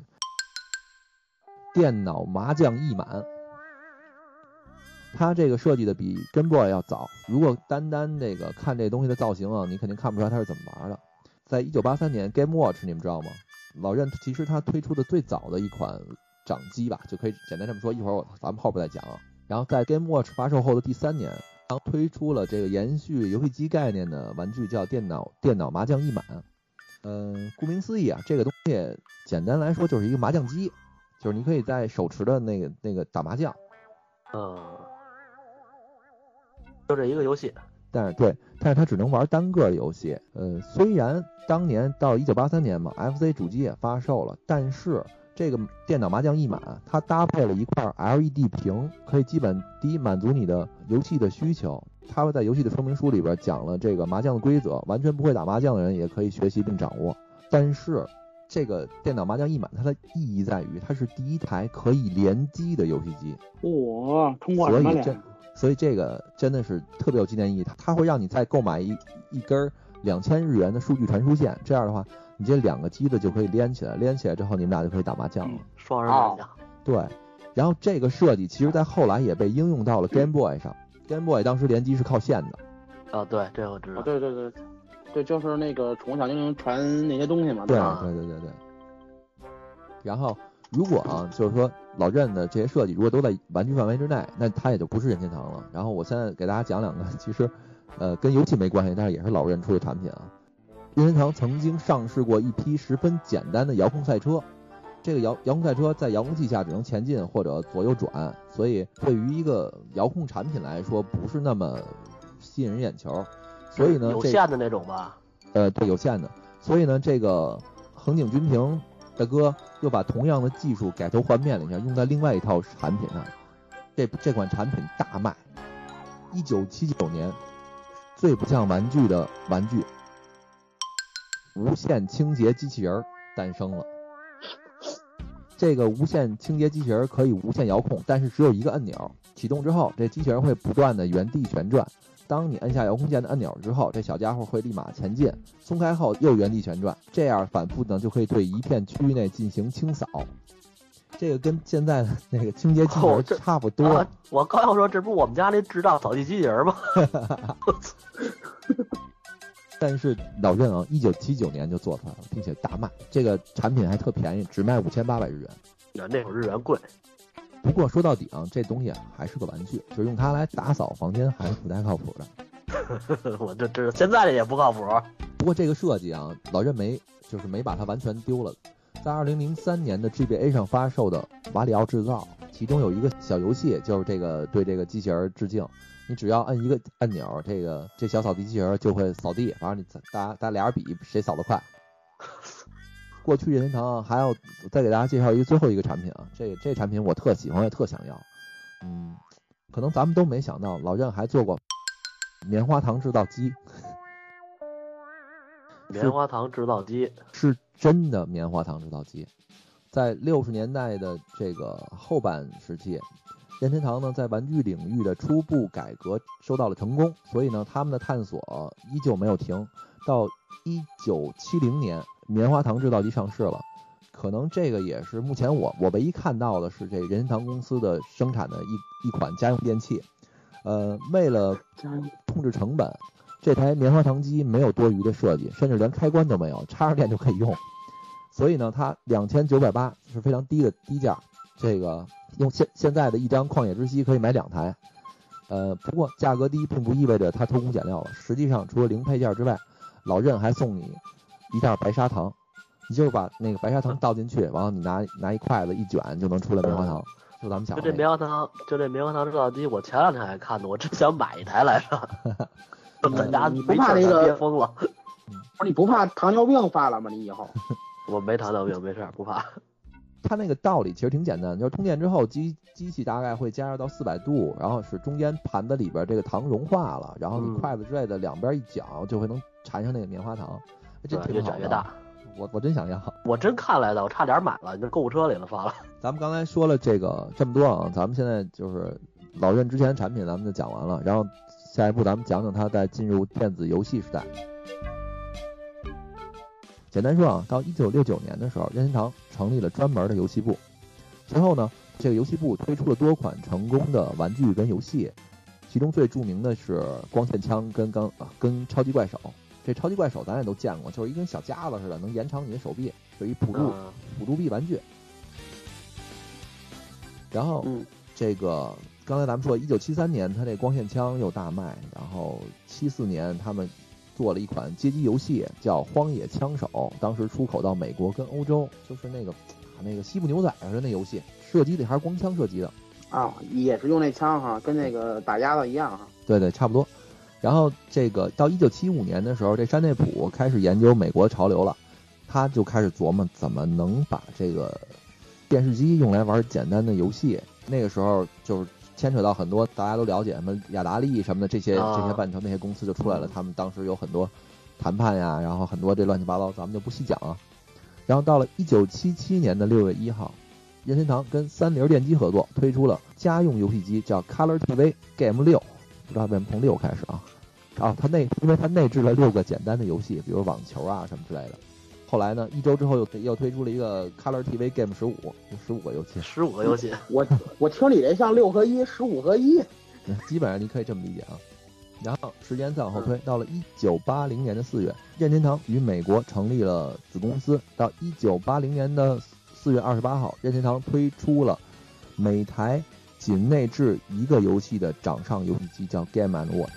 Speaker 4: 电脑麻将一满。它这个设计的比 Game Boy 要早，如果单单这个看这东西的造型啊，你肯定看不出来它是怎么玩的。在一九八三年 Game Watch 你们知道吗？老任其实他推出的最早的一款掌机吧，就可以简单这么说，一会儿我咱们后边再讲啊。然后在 Game Watch 发售后的第三年，他推出了这个延续游戏机概念的玩具，叫电脑电脑麻将一满。嗯、呃，顾名思义啊，这个东西简单来说就是一个麻将机，就是你可以在手持的那个那个打麻将。
Speaker 2: 嗯。就这一个游戏，
Speaker 4: 但是对，但是它只能玩单个的游戏。呃，虽然当年到一九八三年嘛 ，F C 主机也发售了，但是这个电脑麻将一满，它搭配了一块 L E D 屏，可以基本第一满足你的游戏的需求。它会在游戏的说明书里边讲了这个麻将的规则，完全不会打麻将的人也可以学习并掌握。但是这个电脑麻将一满，它的意义在于它是第一台可以联机的游戏机。
Speaker 6: 哇，通过什么联？
Speaker 4: 所以这个真的是特别有纪念意义，它它会让你再购买一一根两千日元的数据传输线，这样的话，你这两个机子就可以连起来，连起来之后你们俩就可以打麻将了，
Speaker 2: 双人麻将。
Speaker 4: 对，然后这个设计其实在后来也被应用到了 Game Boy 上、嗯、，Game Boy 当时联机是靠线的。
Speaker 2: 啊，对，这我知道。
Speaker 6: 啊、对对对，对，就是那个宠物小精灵传那些东西嘛。
Speaker 4: 对对对对对。然后。如果啊，就是说老任的这些设计如果都在玩具范围之内，那它也就不是任天堂了。然后我现在给大家讲两个，其实呃跟游戏没关系，但是也是老任出的产品啊。任天堂曾经上市过一批十分简单的遥控赛车，这个遥遥控赛车在遥控器下只能前进或者左右转，所以对于一个遥控产品来说不是那么吸引人眼球。所以呢，
Speaker 2: 有线的那种吧？
Speaker 4: 呃，对，有线的。所以呢，这个横井军平大哥又把同样的技术改头换面了一下，用在另外一套产品上。这这款产品大卖。一九七九年，最不像玩具的玩具——无线清洁机器人诞生了。这个无线清洁机器人可以无线遥控，但是只有一个按钮。启动之后，这机器人会不断的原地旋转。当你按下遥控键的按钮之后，这小家伙会立马前进，松开后又原地旋转，这样反复呢就可以对一片区域内进行清扫。这个跟现在的那个清洁机器人差不多。
Speaker 2: 哦啊、我刚要说，这不是我们家那智障扫地机器人吗？
Speaker 4: 但是老任啊，一九七九年就做出来了，并且大卖。这个产品还特便宜，只卖五千八百日元。
Speaker 2: 那会儿日元贵。
Speaker 4: 不过说到底啊，这东西还是个玩具，就是用它来打扫房间还是不太靠谱
Speaker 2: 的。我这这现在的也不靠谱。
Speaker 4: 不过这个设计啊，老任没就是没把它完全丢了。在二零零三年的 G B A 上发售的瓦里奥制造， 其中有一个小游戏，就是这个对这个机器人致敬。你只要摁一个按钮，这个这小扫地机器人就会扫地，反正你大家大家俩人比谁扫得快。过去任天堂还要再给大家介绍一个最后一个产品啊，这这产品我特喜欢也特想要。嗯，可能咱们都没想到，老任还做过棉花糖制造机。
Speaker 2: 棉花糖制造机
Speaker 4: 是真的棉花糖制造机。在六十年代的这个后半时期，任天堂呢在玩具领域的初步改革收到了成功，所以呢他们的探索依旧没有停。到一九七零年，棉花糖制造机上市了。可能这个也是目前我我唯一看到的是这任天堂公司的生产的一一款家用电器。呃，为了控制成本，这台棉花糖机没有多余的设计，甚至连开关都没有，插上电就可以用。所以呢，它两千九百八是非常低的低价。这个用现现在的一张旷野之息可以买两台。呃，不过价格低并不意味着它偷工减料了。实际上，除了零配件之外，老任还送你一袋白砂糖，你就是把那个白砂糖倒进去，然后你拿拿一筷子一卷就能出来棉花糖。就咱们想、
Speaker 2: 那个，就这棉花糖，就这棉花糖制造机，我前两天还看的，我真想买一台来着。在家
Speaker 6: 你不怕那个
Speaker 2: 憋疯了？
Speaker 6: 不是你不怕糖尿病犯了吗？你以后
Speaker 2: 我没糖尿病，没事，不怕。
Speaker 4: 它那个道理其实挺简单，就是充电之后机机器大概会加热到四百度，然后使中间盘子里边这个糖融化了，然后你筷子之类的两边一搅，就会能缠上那个棉花糖。这挺好的，
Speaker 2: 越搅越大。
Speaker 4: 我我真想要，
Speaker 2: 我真看来的，我差点买了，你这购物车里了发了。
Speaker 4: 咱们刚才说了这个这么多啊，咱们现在就是老任之前的产品咱们就讲完了，然后下一步咱们讲讲它在进入电子游戏时代。简单说啊，到一九六九年的时候，任天堂成立了专门的游戏部。随后呢，这个游戏部推出了多款成功的玩具跟游戏，其中最著名的是光线枪跟刚跟超级怪手。这超级怪手咱也都见过，就是一根小夹子似的，能延长你的手臂，就是一辅助辅助臂玩具。然后、嗯、这个刚才咱们说，一九七三年它这光线枪又大卖，然后七四年他们做了一款街机游戏叫《荒野枪手》，当时出口到美国跟欧洲，就是那个那个西部牛仔似的那游戏，射击的还是光枪射击的
Speaker 6: 啊，也是用那枪哈，跟那个打鸭子一样哈。
Speaker 4: 对对，差不多。然后这个到一九七五年的时候，这山内溥开始研究美国潮流了，他就开始琢磨怎么能把这个电视机用来玩简单的游戏。那个时候就是牵扯到很多大家都了解什么雅达利什么的这些、啊、这些万城那些公司就出来了，他们当时有很多谈判呀，然后很多这乱七八糟，咱们就不细讲了。然后到了一九七七年的六月一号，任天堂跟三菱电机合作推出了家用游戏机，叫 Color T V Game 六，不知道为什么从六开始啊？啊，它内因为它内置了六个简单的游戏，比如网球啊什么之类的。后来呢，一周之后又又推出了一个 Color T V Game 十五，有十五个游戏，
Speaker 2: 十五个游戏。
Speaker 6: 我我听你这像六合一，十五合一，
Speaker 4: 基本上你可以这么理解啊。然后时间再往后推，到了一九八零年的四月，任天堂与美国成立了子公司。到一九八零年的四月二十八号，任天堂推出了每台仅内置一个游戏的掌上游戏机，叫 Game and Watch。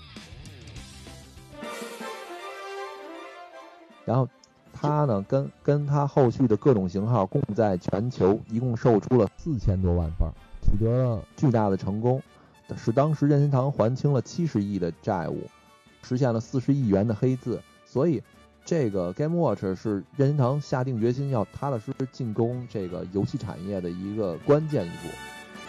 Speaker 4: 然后它呢，跟跟它后续的各种型号，共在全球一共售出了四千多万份，取得了巨大的成功，使当时任天堂还清了七十亿的债务，实现了四十亿元的黑字。所以这个 Game Watch 是任天堂下定决心要踏踏实实进攻这个游戏产业的一个关键一步。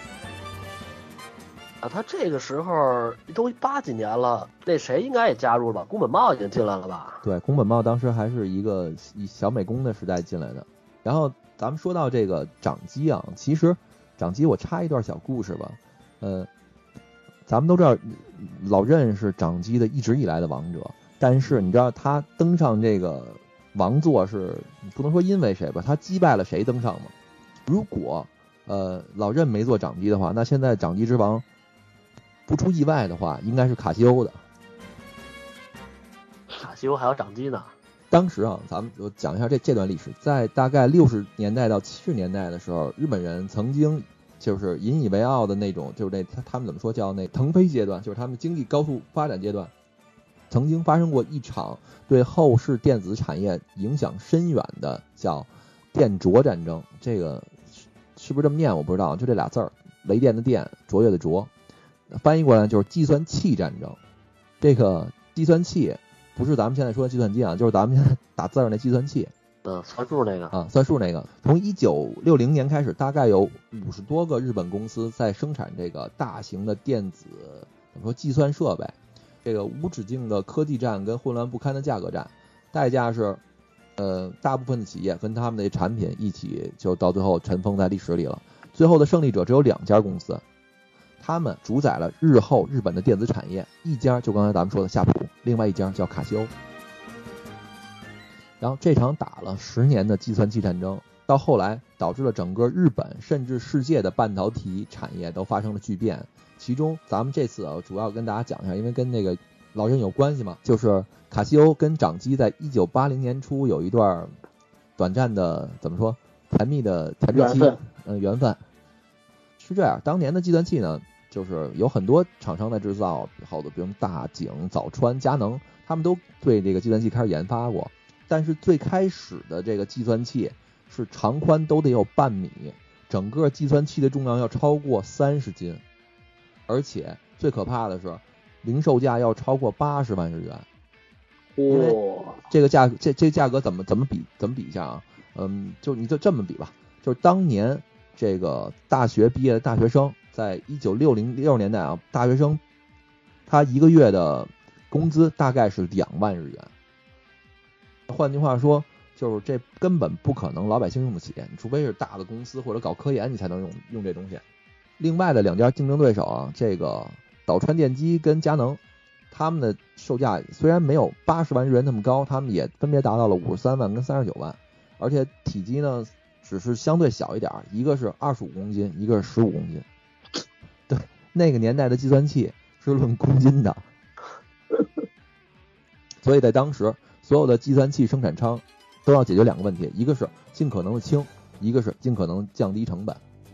Speaker 2: 啊，他这个时候都八几年了，那谁应该也加入了，宫本茂已经进来了吧？
Speaker 4: 对，宫本茂当时还是一个以小美工的时代进来的。然后咱们说到这个掌机啊，其实掌机我插一段小故事吧。呃，咱们都知道老任是掌机的一直以来的王者，但是你知道他登上这个王座是不能说因为谁吧，他击败了谁登上吗？如果呃老任没做掌机的话，那现在掌机之王不出意外的话，应该是卡西欧的。
Speaker 2: 卡西欧还有掌机呢。
Speaker 4: 当时啊，咱们就讲一下这这段历史。在大概六十年代到七十年代的时候，日本人曾经就是引以为傲的那种，就是那他他们怎么说叫那腾飞阶段，就是他们经济高速发展阶段，曾经发生过一场对后世电子产业影响深远的叫电灼战争。这个是不是这么念我不知道，就这俩字儿，雷电的电，卓越的卓，翻译过来就是计算器战争。这个计算器不是咱们现在说的计算机啊，就是咱们现在打字儿那计算器。
Speaker 2: 嗯，算数那个
Speaker 4: 啊，算数那个。从一九六零年开始，大概有五十多个日本公司在生产这个大型的电子怎么说计算设备。这个无止境的科技战跟混乱不堪的价格战，代价是，呃，大部分的企业跟他们的产品一起就到最后尘封在历史里了。最后的胜利者只有两家公司，他们主宰了日后日本的电子产业，一家就刚才咱们说的夏普，另外一家叫卡西欧。然后这场打了十年的计算器战争，到后来导致了整个日本甚至世界的半导体产业都发生了巨变。其中咱们这次啊主要跟大家讲一下，因为跟那个老任有关系嘛，就是卡西欧跟掌机在一九八零年初有一段短暂的怎么说甜蜜的甜蜜期，嗯，缘分是这样。当年的计算器呢，就是有很多厂商在制造，好的比如大井、早川、佳能，他们都对这个计算器开始研发过。但是最开始的这个计算器是长宽都得有半米，整个计算器的重量要超过三十斤，而且最可怕的是零售价要超过八十万日元。
Speaker 6: 哇，
Speaker 4: 这个价这这价格怎么怎么比怎么比一下啊？嗯，就你就这么比吧，就是当年这个大学毕业的大学生，在一九六零六年代啊，大学生他一个月的工资大概是两万日元。换句话说，就是这根本不可能老百姓用得起，你除非是大的公司或者搞科研，你才能用用这东西。另外的两家竞争对手啊，这个岛川电机跟佳能，他们的售价虽然没有八十万日元那么高，他们也分别达到了五十三万跟三十九万，而且体积呢只是相对小一点，一个是二十五公斤，一个是十五公斤。对，那个年代的计算器是论公斤的，所以在当时所有的计算器生产商都要解决两个问题，一个是尽可能的轻，一个是尽可能降低成本。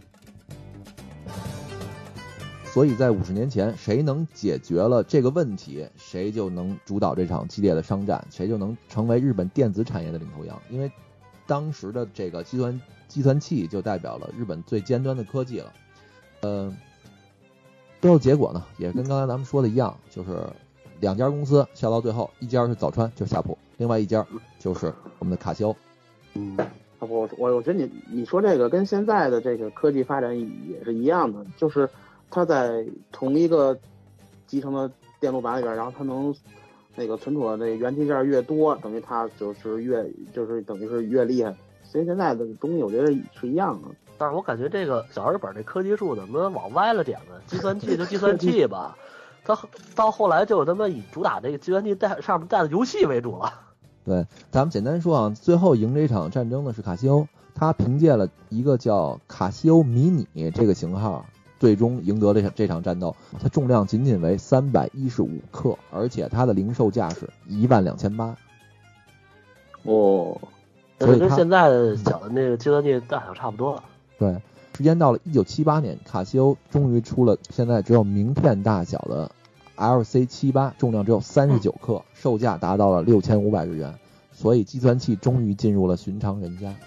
Speaker 4: 所以在五十年前，谁能解决了这个问题，谁就能主导这场激烈的商战，谁就能成为日本电子产业的领头羊。因为当时的这个计算计算器就代表了日本最尖端的科技了。呃，最后结果呢，也跟刚才咱们说的一样，就是两家公司笑到最后，一家是早川，就是夏普，另外一家就是我们的卡西欧。
Speaker 6: 嗯，我我我觉得你你说这个跟现在的这个科技发展也是一样的，就是它在同一个集成的电路板里边，然后它能那个存储的那个元器件越多，等于它就是越就是等于是越厉害。所以现在的东西我觉得是一样的。
Speaker 2: 但是我感觉这个小日本这科技树怎么往歪了点呢？计算器就计算器吧。他到后来就他妈以主打这个计算器带上面带的游戏为主了。
Speaker 4: 对，咱们简单说啊，最后赢这场战争的是卡西欧，他凭借了一个叫卡西欧迷你这个型号，最终赢得了这场这场战斗。它重量仅仅为三百一十五克，而且它的零售价是一万两千八。
Speaker 6: 哦，
Speaker 2: 所以跟现在的小的那个计算器大小差不多了。
Speaker 4: 对，时间到了一九七八年，卡西欧终于出了现在只有名片大小的 L C 七八，重量只有三十九克，售价达到了六千五百日元，所以计算器终于进入了寻常人家。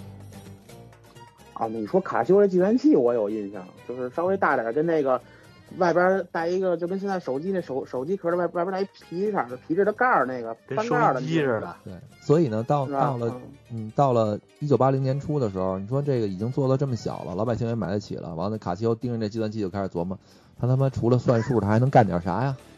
Speaker 6: 啊，你说卡西欧的计算器我有印象，就是稍微大点，跟那个外边带一个，就跟现在手机那手手机壳的外外边带一皮色的皮质的盖儿，那个翻盖的
Speaker 2: 机似的。
Speaker 4: 对，所以呢，到到了嗯到了一九八零年初的时候，你说这个已经做到这么小了，老百姓也买得起了，完了卡西欧盯着这计算器就开始琢磨，他他妈除了算数，他还能干点啥呀？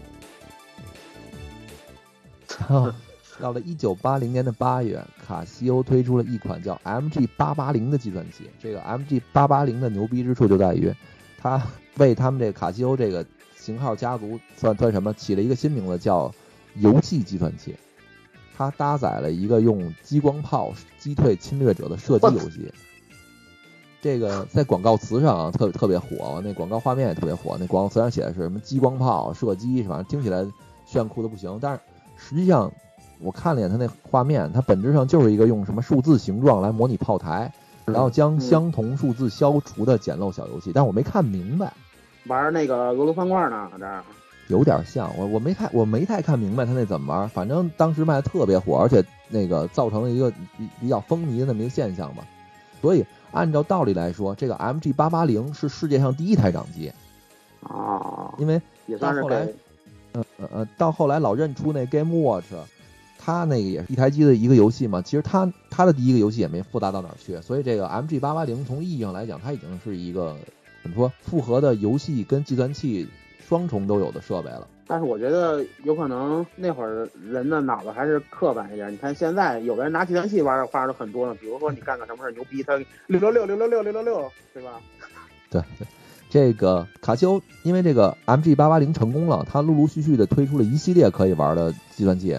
Speaker 4: 到了一九八零年的八月，卡西欧推出了一款叫 M G 八八零的计算器。这个 M G 八八零的牛逼之处就在于，它为他们这个卡西欧这个型号家族算算什么起了一个新名字，叫游戏计算器。它搭载了一个用激光炮击退侵略者的射击游戏。这个在广告词上啊特特别火，那广告画面也特别火，那广告词上写的是什么激光炮射击是吧？听起来炫酷的不行，但是实际上我看了一眼它那画面，它本质上就是一个用什么数字形状来模拟炮台，然后将相同数字消除的简陋小游戏，但我没看明白。
Speaker 6: 玩那个俄罗方块呢，这儿
Speaker 4: 有点像，我我没太我没太看明白他那怎么玩，反正当时卖的特别火，而且那个造成了一个比比较风靡的那么一个现象吧。 所以按照道理来说，这个 M G 八八零是世界上第一台掌机
Speaker 6: 啊，
Speaker 4: 因为
Speaker 6: 也算是
Speaker 4: 到后来
Speaker 6: 给，
Speaker 4: 呃呃呃，到后来老任出那 Game Watch，它那个也是一台机的一个游戏嘛，其实它它的第一个游戏也没复杂到哪儿去，所以这个 M G 八八零从意义上来讲，它已经是一个怎么说复合的游戏跟计算器双重都有的设备了。
Speaker 6: 但是我觉得有可能那会儿人的脑子还是刻板一点。你看现在有的人拿计算器玩的玩的很多呢，比如说你干个什么事牛逼，他六六六六六六六六六，对吧？
Speaker 4: 对对，这个卡西欧因为这个 M G 八八零成功了，它陆陆续续的推出了一系列可以玩的计算器。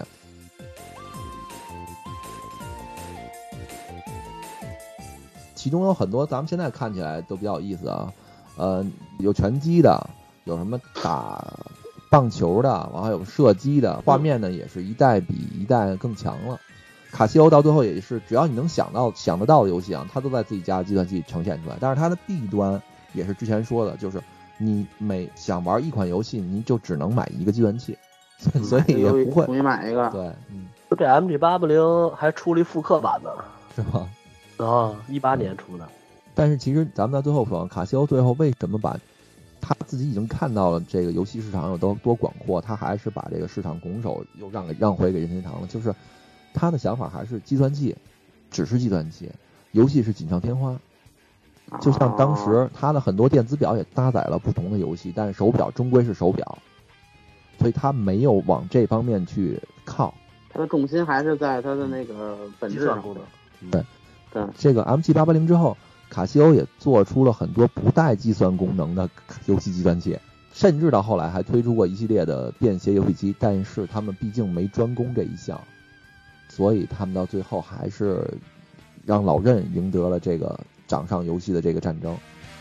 Speaker 4: 其中有很多咱们现在看起来都比较有意思啊，呃，有拳击的，有什么打棒球的，然后还有射击的，画面呢也是一代比一代更强了。卡西欧到最后也是，只要你能想到想得到的游戏啊，它都在自己家的计算器呈现出来。但是它的弊端也是之前说的，就是你每想玩一款游戏，你就只能买一个计算器，所以也不会
Speaker 6: 重新买一个。
Speaker 4: 对，嗯，
Speaker 2: 这 M G 八八零还出了一复刻版呢，
Speaker 4: 是吧？
Speaker 2: 啊，一八年出的。
Speaker 4: 但是其实咱们到最后说，卡西欧最后为什么把他自己已经看到了这个游戏市场有多多广阔，他还是把这个市场拱手又让给让回给任天堂了。就是他的想法还是计算器，只是计算器，游戏是锦上添花。就像当时他的很多电子表也搭载了不同的游戏，但是手表终归是手表，所以他没有往这方面去靠。
Speaker 6: 他的重心还是在他的那个本质上。
Speaker 4: 对
Speaker 6: 对，
Speaker 4: 这个 M G 八八零之后，卡西欧也做出了很多不带计算功能的游戏计算器，甚至到后来还推出过一系列的便携游戏机，但是他们毕竟没专攻这一项，所以他们到最后还是让老任赢得了这个掌上游戏的这个战争。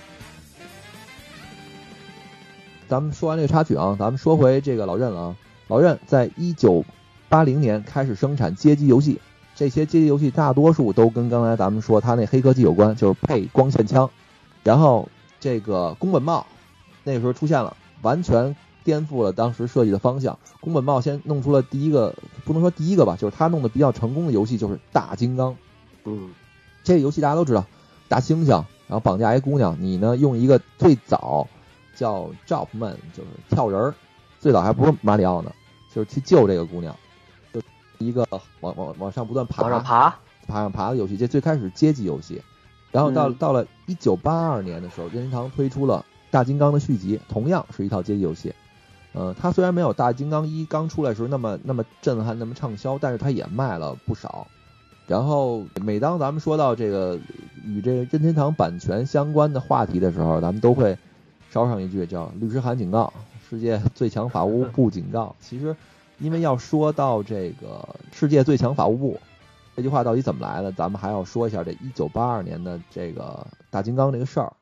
Speaker 4: 咱们说完这个插曲啊，咱们说回这个老任了啊。老任在一九八零年开始生产街机游戏，这些街机游戏大多数都跟刚才咱们说他那黑科技有关，就是配光线枪。然后这个宫本茂那个时候出现了，完全颠覆了当时设计的方向。宫本茂先弄出了第一个，不能说第一个吧，就是他弄的比较成功的游戏就是大金刚。
Speaker 2: 嗯，
Speaker 4: 这个游戏大家都知道，大猩猩，然后绑架一姑娘，你呢用一个最早叫 Jumpman， 就是跳人儿，最早还不是马里奥呢，就是去救这个姑娘，就一个往往往上不断爬，
Speaker 2: 往上爬，
Speaker 4: 爬上爬的游戏。这最开始街机游戏，然后到、
Speaker 6: 嗯、
Speaker 4: 到了一九八二年的时候，任天堂推出了大金刚的续集，同样是一套街机游戏。呃，它虽然没有大金刚一刚出来时候那么那么震撼，那么畅销，但是它也卖了不少。然后每当咱们说到这个与这个任天堂版权相关的话题的时候，咱们都会捎上一句叫律师函警告，世界最强法务部警告。其实因为要说到这个世界最强法务部这句话到底怎么来的，咱们还要说一下这一九八二年的这个大金刚这个事儿。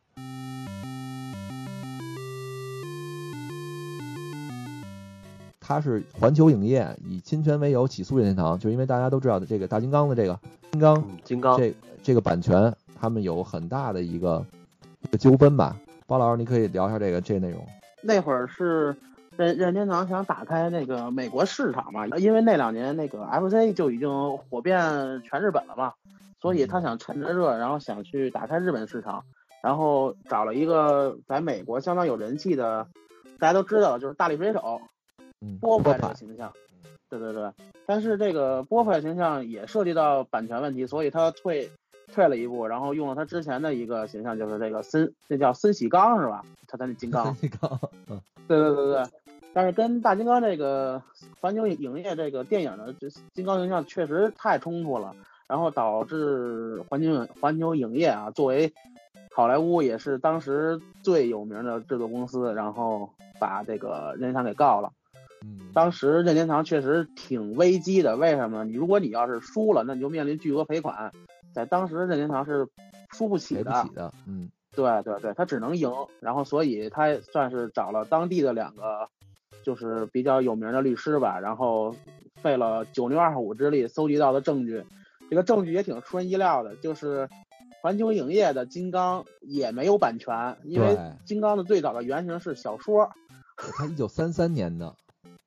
Speaker 4: 他是环球影业以侵权为由起诉任天堂，就是因为大家都知道的这个大金刚的这个金刚、
Speaker 2: 嗯、金刚
Speaker 4: 这这个版权，他们有很大的一个一个纠纷吧。包老师，你可以聊一下这个这个内容。
Speaker 6: 那会儿是任任天堂想打开那个美国市场嘛，因为那两年那个 F C 就已经火遍全日本了嘛，所以他想趁着热，然后想去打开日本市场，然后找了一个在美国相当有人气的，大家都知道就是大力水手。波普这个形象，对对对，但是这个波普形象也涉及到版权问题，所以他退退了一步，然后用了他之前的一个形象，就是这个森，这叫森喜刚是吧？他的那金刚，
Speaker 4: 森喜刚，嗯，
Speaker 6: 对对对对。但是跟大金刚这个环球影业这个电影的这金刚形象确实太冲突了，然后导致环球环球影业啊，作为好莱坞也是当时最有名的制作公司，然后把这个任天堂给告了。当时任天堂确实挺危机的，为什么？你如果你要是输了，那你就面临巨额赔款，在当时任天堂是输不起的，
Speaker 4: 赔不起的，嗯，
Speaker 6: 对对对，他只能赢，然后所以他算是找了当地的两个就是比较有名的律师吧，然后费了九牛二虎之力搜集到的证据，这个证据也挺出人意料的，就是环球影业的金刚也没有版权，因为金刚的最早的原型是小说，
Speaker 4: 他一九三三年的。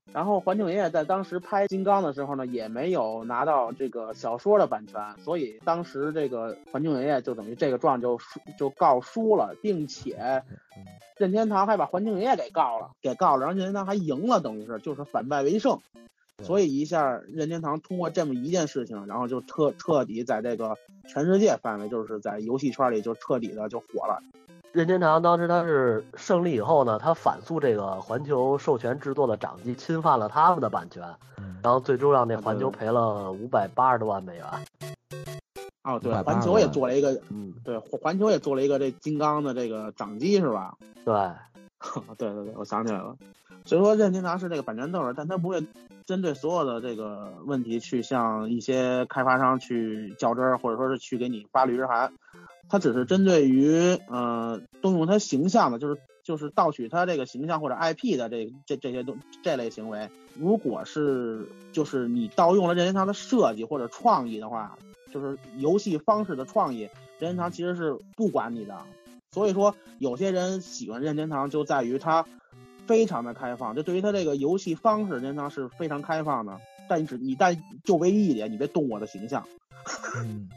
Speaker 6: 然后环球影业在当时拍金刚的时候呢，也没有拿到这个小说的版权，所以当时这个环球影业就等于这个状就输就告输了，并且任天堂还把环球影业给告了，给告了，然后任天堂还赢了，等于是就是反败为胜。所以一下任天堂通过这么一件事情，然后就彻彻底在这个全世界范围，就是在游戏圈里就彻底的就火了。
Speaker 2: 任天堂当时他是胜利以后呢，他反诉这个环球授权制作的掌机侵犯了他们的版权，然后最终让那环球赔了五百八十多万美元。
Speaker 6: 哦，对，环球也做了一个，
Speaker 2: 嗯，
Speaker 6: 对，环球也做了一个这金刚的这个掌机是吧？
Speaker 2: 对，
Speaker 6: 对对对，我想起来了。所以说任天堂是这个版权斗士，但他不会针对所有的这个问题去向一些开发商去较真儿，或者说是去给你发律师函。他只是针对于呃动用他形象的，就是就是盗取他这个形象或者 I P 的这这这些东这类行为，如果是就是你盗用了任天堂的设计或者创意的话，就是游戏方式的创意，任天堂其实是不管你的。所以说有些人喜欢任天堂就在于它非常的开放，就对于它这个游戏方式任天堂是非常开放的，但只你但就唯一一点，你别动我的形象。
Speaker 4: 嗯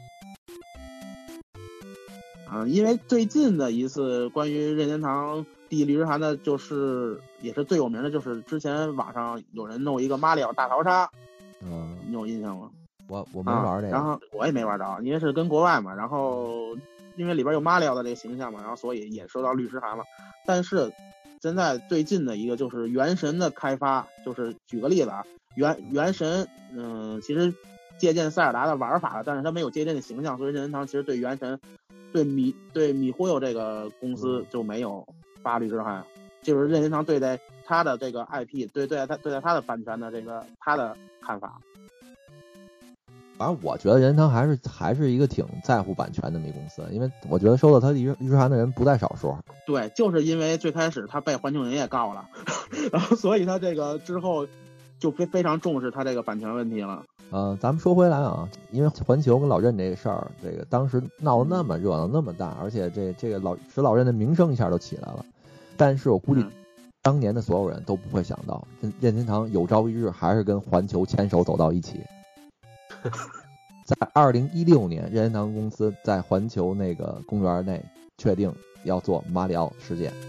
Speaker 6: 嗯，因为最近的一次关于任天堂递律师函的，就是也是最有名的，就是之前网上有人弄一个马里奥大逃杀，
Speaker 4: 嗯，
Speaker 6: 你有印象吗？
Speaker 4: 我我没玩这个、
Speaker 6: 啊，然后我也没玩着，因为是跟国外嘛，然后因为里边有马里奥的这个形象嘛，然后所以也收到律师函了。但是现在最近的一个就是原神的开发，就是举个例子啊，原原神，嗯，其实借鉴塞尔达的玩法了，但是它没有借鉴的形象，所以任天堂其实对原神。对米对米忽悠这个公司就没有发律师函，就是任天堂对待他的这个 I P， 对对待他对待他的版权的这个他的看法。
Speaker 4: 反正我觉得任天堂还是还是一个挺在乎版权的一公司，因为我觉得收到他律律师函的人不在少数。
Speaker 6: 对，就是因为最开始他被环球影业告了，然后所以他这个之后就非非常重视他这个版权问题了。
Speaker 4: 呃，咱们说回来啊，因为环球跟老任这个事儿，这个当时闹得那么热闹那么大，而且这这个老使老任的名声一下都起来了。但是我估计当年的所有人都不会想到，任任天堂有朝一日还是跟环球牵手走到一起。在二零一六年，任天堂公司在环球那个公园内确定要做马里奥世界。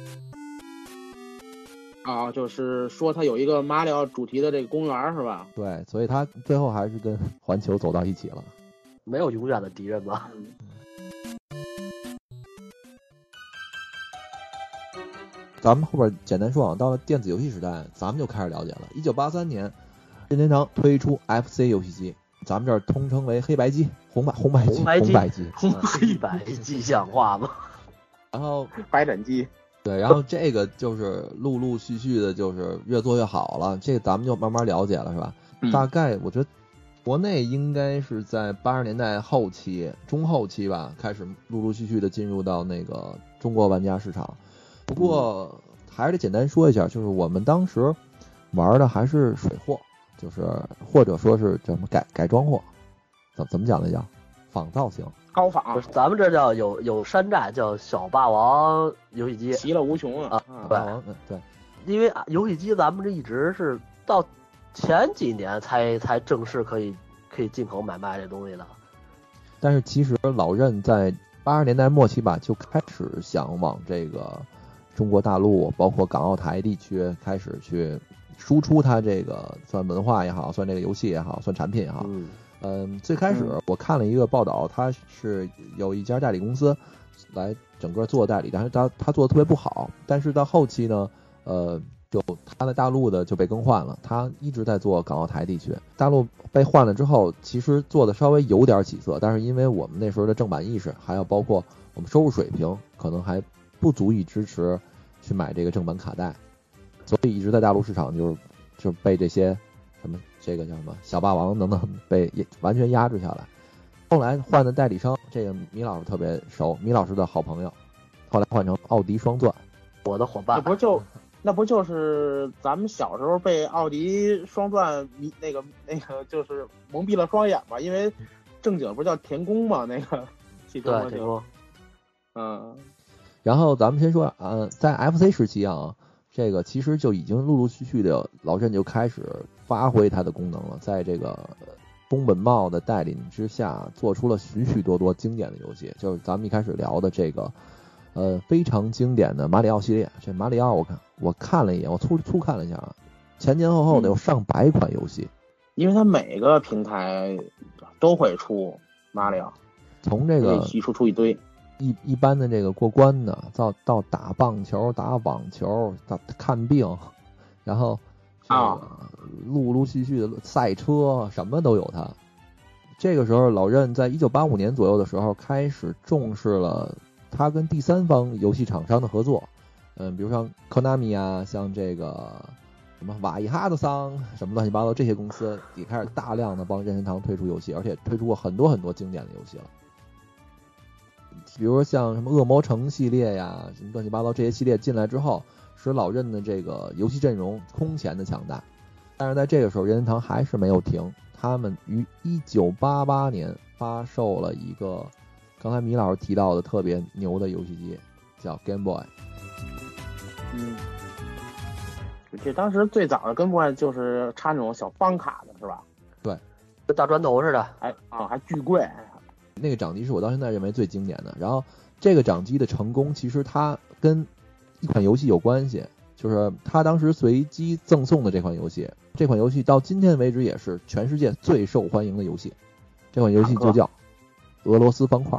Speaker 6: 啊，就是说他有一个马里奥主题的这个公园是吧？
Speaker 4: 对，所以他最后还是跟环球走到一起了。
Speaker 2: 没有永远的敌人吧？
Speaker 6: 嗯、
Speaker 4: 咱们后边简单说啊，到了电子游戏时代，咱们就开始了解了。一九八三年，任天堂推出 F C 游戏机，咱们这儿通称为黑白机、红白红白机、
Speaker 2: 红白机、
Speaker 4: 红白机、
Speaker 2: 红黑白机像话吗？
Speaker 4: 然后
Speaker 6: 白斩机。
Speaker 4: 对，然后这个就是陆陆续续的，就是越做越好了。这个咱们就慢慢了解了，是吧？
Speaker 6: 嗯、
Speaker 4: 大概我觉得国内应该是在八十年代后期、中后期吧，开始陆陆续续的进入到那个中国玩家市场。不过还是得简单说一下，就是我们当时玩的还是水货，就是或者说是叫什么改改装货，怎怎么讲那叫仿造型。
Speaker 6: 高仿，
Speaker 2: 咱们这叫有有山寨，叫小霸王游戏机，
Speaker 6: 其乐无穷啊！
Speaker 2: 啊对、
Speaker 4: 嗯、对，
Speaker 2: 因为游戏机咱们这一直是到前几年才才正式可以可以进口买卖这东西的。
Speaker 4: 但是其实老任在八十年代末期吧，就开始想往这个中国大陆，包括港澳台地区开始去输出它这个算文化也好，算这个游戏也好，算产品也好。
Speaker 2: 嗯
Speaker 4: 嗯，最开始我看了一个报道，他是有一家代理公司来整个做代理，但是他他做的特别不好。但是到后期呢，呃，就他在大陆的就被更换了，他一直在做港澳台地区。大陆被换了之后，其实做的稍微有点起色，但是因为我们那时候的正版意识，还有包括我们收入水平，可能还不足以支持去买这个正版卡带，所以一直在大陆市场就是就被这些什么。这个叫什么小霸王等等被完全压制下来。后来换的代理商，这个米老师特别熟，米老师的好朋友，后来换成奥迪双钻，
Speaker 2: 我的伙伴。
Speaker 6: 那不就那不就是咱们小时候被奥迪双钻迷那个那个就是蒙蔽了双眼吧？因为正经不是叫田宫吗？那个汽车模型。嗯。
Speaker 4: 然后咱们先说，呃，在 F C 时期啊， 这个其实就已经陆陆续续的老任就开始发挥它的功能了，在这个宫本茂的带领之下，做出了许许多多经典的游戏，就是咱们一开始聊的这个呃非常经典的马里奥系列。这马里奥我看我看了一眼，我粗粗看了一下啊，前前后后的有上百款游戏，
Speaker 6: 因为它每个平台都会出马里奥，
Speaker 4: 从这个
Speaker 6: 一出出一堆。
Speaker 4: 一一般的这个过关的，到到打棒球、打网球、到看病，然后啊，陆陆续续的赛车什么都有它。这个时候，老任在一九八五年左右的时候开始重视了他跟第三方游戏厂商的合作，嗯，比如像 Konami 啊，像这个什么瓦伊哈德桑，什么乱七八糟这些公司也开始大量的帮任天堂推出游戏，而且推出过很多很多经典的游戏了。比如说像什么恶魔城系列呀，什么乱七八糟这些系列进来之后，使老任的这个游戏阵容空前的强大。但是在这个时候，任天堂还是没有停，他们于一九八八年发售了一个刚才米老师提到的特别牛的游戏机，叫 Game Boy。
Speaker 6: 嗯，这当时最早的 Game Boy 就是插那种小方卡的是吧？
Speaker 4: 对，
Speaker 2: 跟大砖头似的，
Speaker 6: 还啊还巨贵。
Speaker 4: 那个掌机是我到现在认为最经典的。然后这个掌机的成功，其实它跟一款游戏有关系，就是它当时随机赠送的这款游戏，这款游戏到今天为止也是全世界最受欢迎的游戏。这款游戏就叫俄罗斯方块。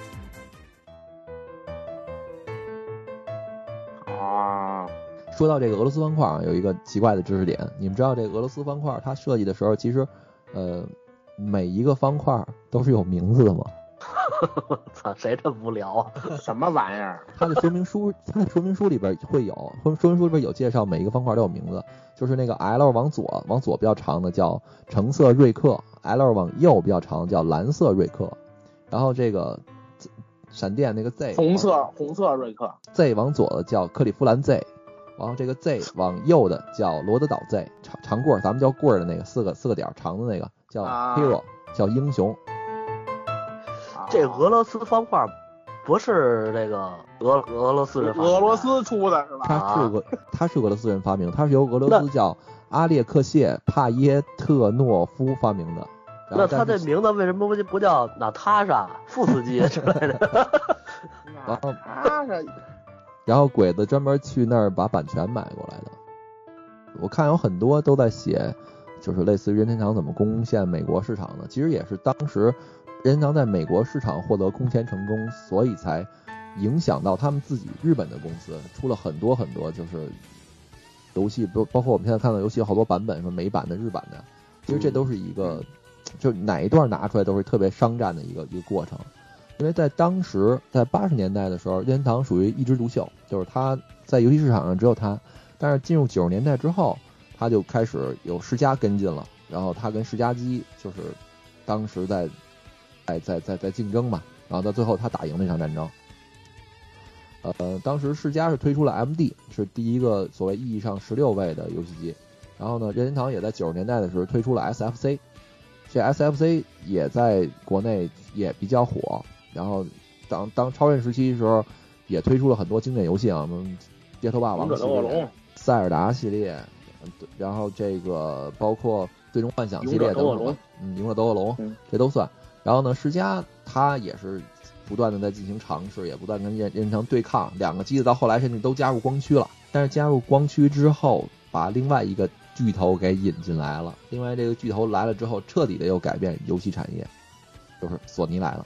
Speaker 6: 啊，
Speaker 4: 说到这个俄罗斯方块啊，有一个奇怪的知识点，你们知道这个俄罗斯方块它设计的时候，其实呃。每一个方块都是有名字的吗？
Speaker 2: 我操，谁这么无聊啊？
Speaker 6: 什么玩意儿？
Speaker 4: 它的说明书，它的说明书里边会有，说说明书里边有介绍，每一个方块都有名字。就是那个 L 往左，往左比较长的叫橙色瑞克 ，L 往右比较长的叫蓝色瑞克，然后这个闪电那个 Z，
Speaker 6: 红色红色瑞克
Speaker 4: ，Z 往左的叫克利夫兰 Z， 然后这个 Z 往右的叫罗德岛 Z， 长长棍儿，咱们叫棍儿的那个四个四个点长的那个。叫 hero， 叫英雄。
Speaker 2: 这俄罗斯方块不是这个俄俄罗斯人发明的，
Speaker 6: 俄罗斯出的是吧？
Speaker 4: 他是俄，他是俄罗斯人发明，他是由俄罗斯叫阿列克谢帕耶特诺夫发明的。
Speaker 2: 那他这名字为什么不不叫娜塔莎、副司机之类的？
Speaker 4: 然后
Speaker 6: 他这，
Speaker 4: 然后鬼子专门去那儿把版权买过来的。我看有很多都在写。就是类似于任天堂怎么攻陷美国市场的，其实也是当时任天堂在美国市场获得空前成功，所以才影响到他们自己日本的公司，出了很多很多就是游戏，包包括我们现在看到游戏有好多版本，说美版的、日版的，其实这都是一个，就哪一段拿出来都是特别商战的一个一个过程。因为在当时，在八十年代的时候，任天堂属于一枝独秀，就是它在游戏市场上只有它，但是进入九十年代之后。他就开始有世嘉跟进了，然后他跟世嘉机就是当时在在在在在竞争嘛，然后到最后他打赢那场战争。呃，当时世嘉是推出了 M D， 是第一个所谓意义上十六位的游戏机。然后呢，任天堂也在九十年代的时候推出了 S F C， 这 S F C 也在国内也比较火。然后当当超任时期的时候，也推出了很多经典游戏啊，什么街头霸王系列、塞尔达系列。然后这个包括最终幻想系列等等，嗯，勇者斗恶龙，这都算。然后呢，世嘉它也是不断的在进行尝试，也不断跟任任天堂对抗。两个机子到后来甚至都加入光驱了，但是加入光驱之后，把另外一个巨头给引进来了。另外这个巨头来了之后，彻底的又改变游戏产业，就是索尼来了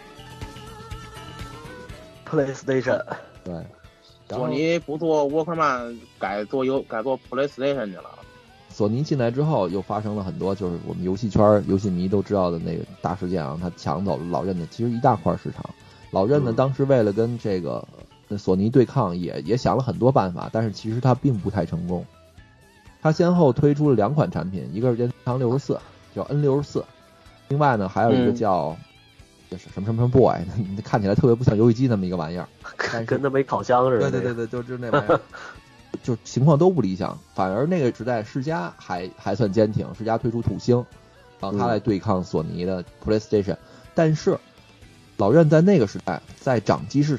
Speaker 2: ，PlayStation，
Speaker 4: 对。
Speaker 6: 索尼不做沃克曼，改做游改做 PlayStation 去了。
Speaker 4: 索尼进来之后，又发生了很多就是我们游戏圈游戏迷都知道的那个大事件啊，他抢走了老任的其实一大块市场。老任呢，当时为了跟这个索尼对抗也，也也想了很多办法，但是其实他并不太成功。他先后推出了两款产品，一个是任天堂六十四，叫 N 六十四，另外呢还有一个叫。嗯就是什么什么什么 boy， 看起来特别不像游戏机那么一个玩意儿，
Speaker 2: 跟他没烤箱似的。
Speaker 4: 对对对对，就是那玩意儿，就情况都不理想。反而那个时代，世嘉还还算坚挺，世嘉推出土星，然后他来对抗索尼的 PlayStation。嗯、但是老任在那个时代，在掌机市场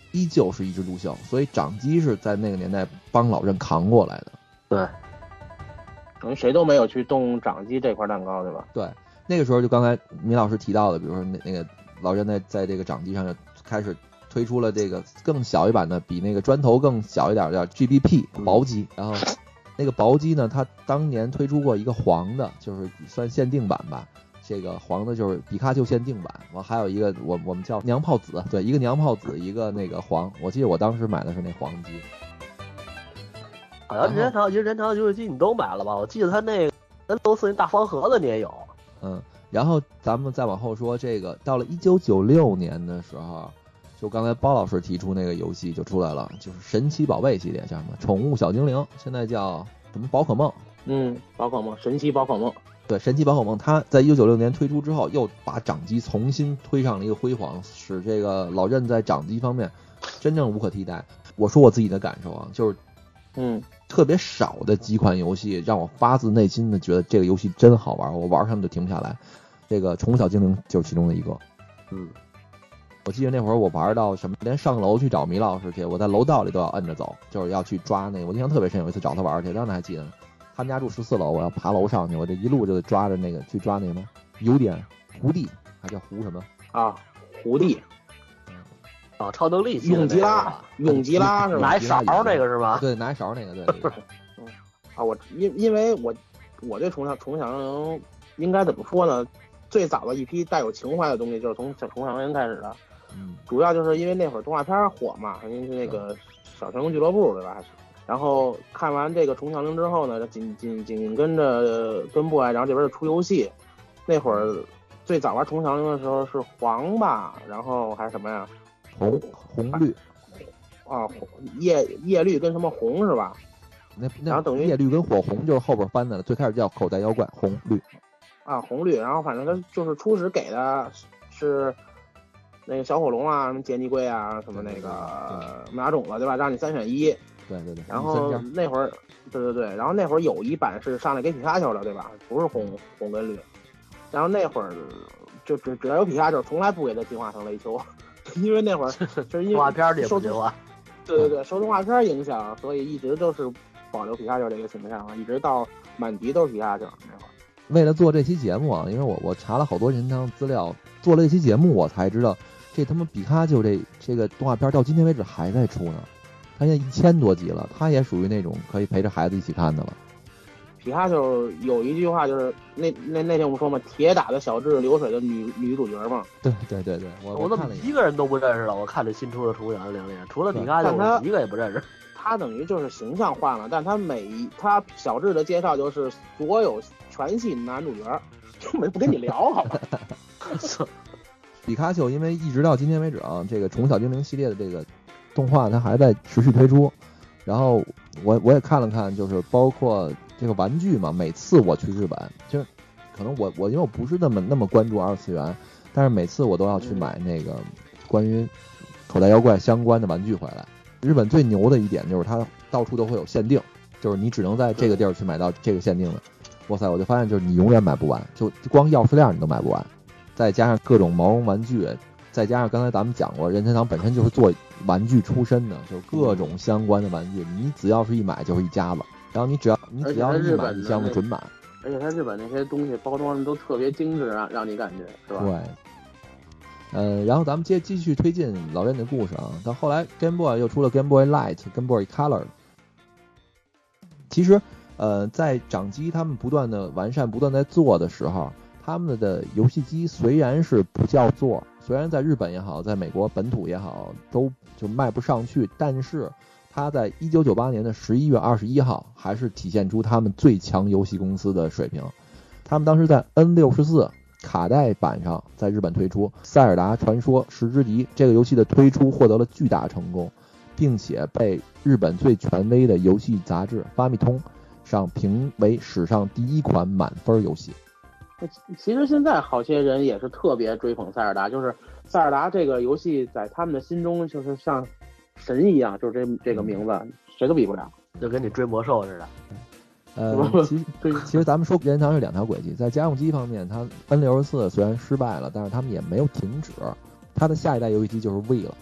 Speaker 4: 依旧是一枝独秀，所以掌机是在那个年代帮老任扛过来的。
Speaker 2: 对，
Speaker 6: 等于谁都没有去动掌机这块蛋糕，对吧？
Speaker 4: 对，那个时候就刚才米老师提到的，比如说那那个老任在在这个掌机上就开始推出了这个更小一版的，比那个砖头更小一点的叫 G B P 薄机，然后那个薄机呢，它当年推出过一个黄的，就是算限定版吧。这个黄的就是皮卡丘限定版，完还有一个我我们叫娘炮紫，对，一个娘炮紫，一个那个黄。我记得我当时买的是那黄机。
Speaker 2: 好像任天堂，其实任天堂游戏机你都买了吧？我记得他那个 N 六四那大方盒子你也有。
Speaker 4: 嗯，然后咱们再往后说，这个到了一九九六年的时候，就刚才包老师提出那个游戏就出来了，就是神奇宝贝系列，叫什么宠物小精灵，现在叫什么宝可梦。
Speaker 6: 嗯，宝可梦，神奇宝可梦。
Speaker 4: 对，神奇宝可梦，它在一九九六年推出之后，又把掌机重新推上了一个辉煌，使这个老任在掌机方面真正无可替代。我说我自己的感受啊，就是，
Speaker 6: 嗯，
Speaker 4: 特别少的几款游戏让我发自内心的觉得这个游戏真好玩，我玩上就停不下来。这个宠物小精灵就是其中的一个。
Speaker 2: 嗯，
Speaker 4: 我记得那会儿我玩到什么，连上楼去找米老师去，我在楼道里都要摁着走，就是要去抓那个。我印象特别深，有一次找他玩去，当时还记得呢。他们家住十四楼，我要爬楼上去，我这一路就得抓着那个去抓那个什么油点胡地，还叫胡什么
Speaker 6: 啊？胡地
Speaker 2: 啊，超能力
Speaker 6: 永吉拉，永吉拉是吧？
Speaker 2: 拿勺那个是吧？
Speaker 4: 对，拿勺那个，对对对。
Speaker 6: 啊，我因因为我我对宠物宠物小精灵应该怎么说呢？最早的一批带有情怀的东西就是从宠物小精灵开始的，
Speaker 4: 嗯，主
Speaker 6: 要就是因为那会儿动画片火嘛，因为是那个小神龙俱乐部对吧？还是。然后看完这个宠物小精灵之后呢，紧紧紧跟着跟 boy， 然后这边就出游戏。那会儿最早玩宠物小精灵的时候是黄吧，然后还是什么呀？
Speaker 4: 红红绿
Speaker 6: 啊，叶叶绿跟什么红是吧？
Speaker 4: 那那
Speaker 6: 然后等于
Speaker 4: 叶绿跟火红就是后边翻的了，最开始叫口袋妖怪红绿
Speaker 6: 啊红绿，然后反正它就是初始给的是那个小火龙啊，什么杰尼龟啊，什么那个麦芽种子对吧？让你三选一。
Speaker 4: 对对对，
Speaker 6: 然后那会儿，对对对，然后那会儿有一版是上来给皮卡丘的，对吧？不是红红跟绿。然后那会儿就只只要有皮卡丘，从来不给它进化成雷丘，因为那会儿就是因为
Speaker 2: 动画片里不进化。
Speaker 6: 对对对，受动画片影响，所以一直都是保留皮卡丘这个形象，一直到满级都是皮卡丘那会儿。
Speaker 4: 为了做这期节目啊，因为我我查了好多任天堂资料，做了这期节目我才知道，这他妈皮卡丘这这个动画片到今天为止还在出呢。他现在一千多集了，他也属于那种可以陪着孩子一起看的了。
Speaker 6: 皮卡丘有一句话就是那那那天我们说嘛，铁打的小智流水的女女主角嘛。
Speaker 4: 对对对对，我
Speaker 2: 我怎么一个人都不认识了？我看这新出的宠物小精灵里，除了皮卡丘，我一个也不认识。
Speaker 6: 他等于就是形象换了，但他每他小智的介绍就是所有全系男主角，根本不跟你聊，好吧？
Speaker 4: 皮卡丘因为一直到今天为止啊，这个宠物小精灵系列的这个动画它还在持续推出，然后我我也看了看，就是包括这个玩具嘛，每次我去日本，就可能我我因为我不是那么那么关注二次元，但是每次我都要去买那个关于口袋妖怪相关的玩具回来。日本最牛的一点就是它到处都会有限定，就是你只能在这个地儿去买到这个限定的。哇塞，我就发现就是你永远买不完，就光钥匙链你都买不完，再加上各种毛绒玩具，再加上刚才咱们讲过，任天堂本身就是做玩具出身的，就是各种相关的玩具，你只要是一买就是一家子，然后你只要你只要是一买一箱子准买。
Speaker 6: 而且它日本那些东西包装的都特别精致，让让你感觉是吧？
Speaker 4: 对。呃，然后咱们接继续推进老任的故事啊。到后来 Game Boy 又出了 Game Boy Light、Game Boy Color。其实，呃，在掌机他们不断的完善、不断在做的时候，他们的游戏机虽然是不叫座，虽然在日本也好，在美国本土也好，都就卖不上去，但是它在一九九八年的十一月二十一号，还是体现出他们最强游戏公司的水平。他们当时在 N 六十四。卡带版上在日本推出《塞尔达传说：时之笛》这个游戏的推出获得了巨大成功，并且被日本最权威的游戏杂志《发米通》上评为史上第一款满分游戏。
Speaker 6: 其实现在好些人也是特别追捧塞尔达，就是塞尔达这个游戏在他们的心中就是像神一样，就是这这个名字谁都比不了，
Speaker 2: 就跟你追魔兽似的。
Speaker 4: 呃，其实其实咱们说任天堂是两条轨迹，在家用机方面，它 N 六十四虽然失败了，但是他们也没有停止，它的下一代游戏机就是 Wii 了。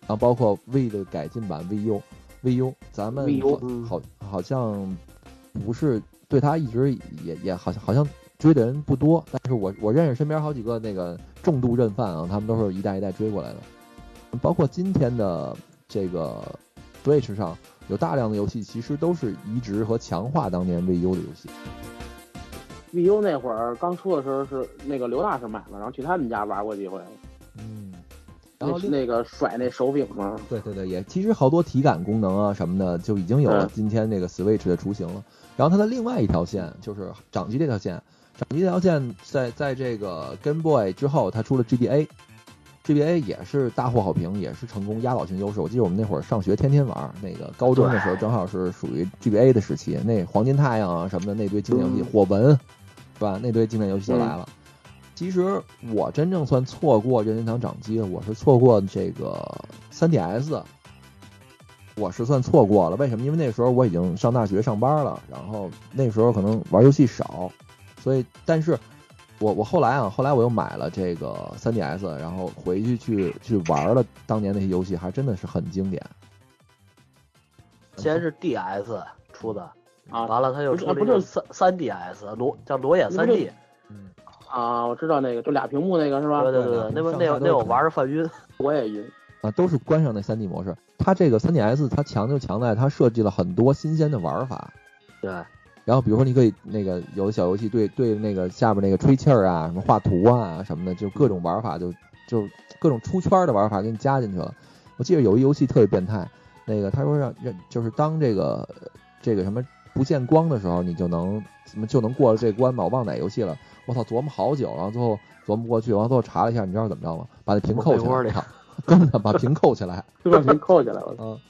Speaker 4: 然后包括 V 的改进版 V U，V U 咱们
Speaker 6: V U
Speaker 4: 好好好像不是对它一直也也好像好像追的人不多，但是我我认识身边好几个那个重度认犯啊，他们都是一代一代追过来的。包括今天的这个 Switch 上有大量的游戏，其实都是移植和强化当年 V U 的游戏。
Speaker 6: V U 那会儿刚出的时候是那个刘大师买了，然后去他们家玩过几回。
Speaker 4: 嗯，然后
Speaker 6: 那那个甩那手柄嘛。
Speaker 4: 对对对，也其实好多体感功能啊什么的就已经有了今天这个 Switch 的雏形了。然后它的另外一条线就是掌机这条线，掌机这条线在在这个 Game Boy 之后，它出了 G B A。G B A 也是大获好评，也是成功压倒性优势。我记得我们那会儿上学天天玩，那个高中的时候正好是属于 G B A 的时期，那黄金太阳啊什么的那堆经典游戏，火纹是吧？那堆经典游戏就来了。其实我真正算错过任天堂掌机，我是错过这个 三 D S， 我是算错过了。为什么？因为那时候我已经上大学上班了，然后那时候可能玩游戏少，所以但是。我我后来啊，后来我又买了这个 三 D S， 然后回去去去玩了当年那些游戏，还真的是很经典。
Speaker 2: 先是 D S 出的
Speaker 6: 啊，
Speaker 2: 完了他又出了一个三三 D S 裸叫裸眼三 D。
Speaker 6: 嗯啊，我知道那个，就俩屏幕那个是吧？
Speaker 2: 对对对对，那不那有那我玩着犯晕，
Speaker 6: 我也晕
Speaker 4: 啊，都是关上那 三 D 模式。它这个 三 D S 它强就强在它设计了很多新鲜的玩法。
Speaker 2: 对。
Speaker 4: 然后比如说你可以那个有的小游戏对对那个下边那个吹气儿啊，什么画图啊什么的，就各种玩法就就各种出圈的玩法给你加进去了。我记得有一游戏特别变态，那个他说让让就是当这个这个什么不见光的时候，你就能怎么就能过了这关嘛？我忘哪游戏了，我操，琢磨好久，然后最后琢磨不过去，完后最后查了一下，你知道怎么着吗？把那屏扣起来，真的把屏扣起来，
Speaker 6: 就把屏扣起来了，
Speaker 4: 嗯，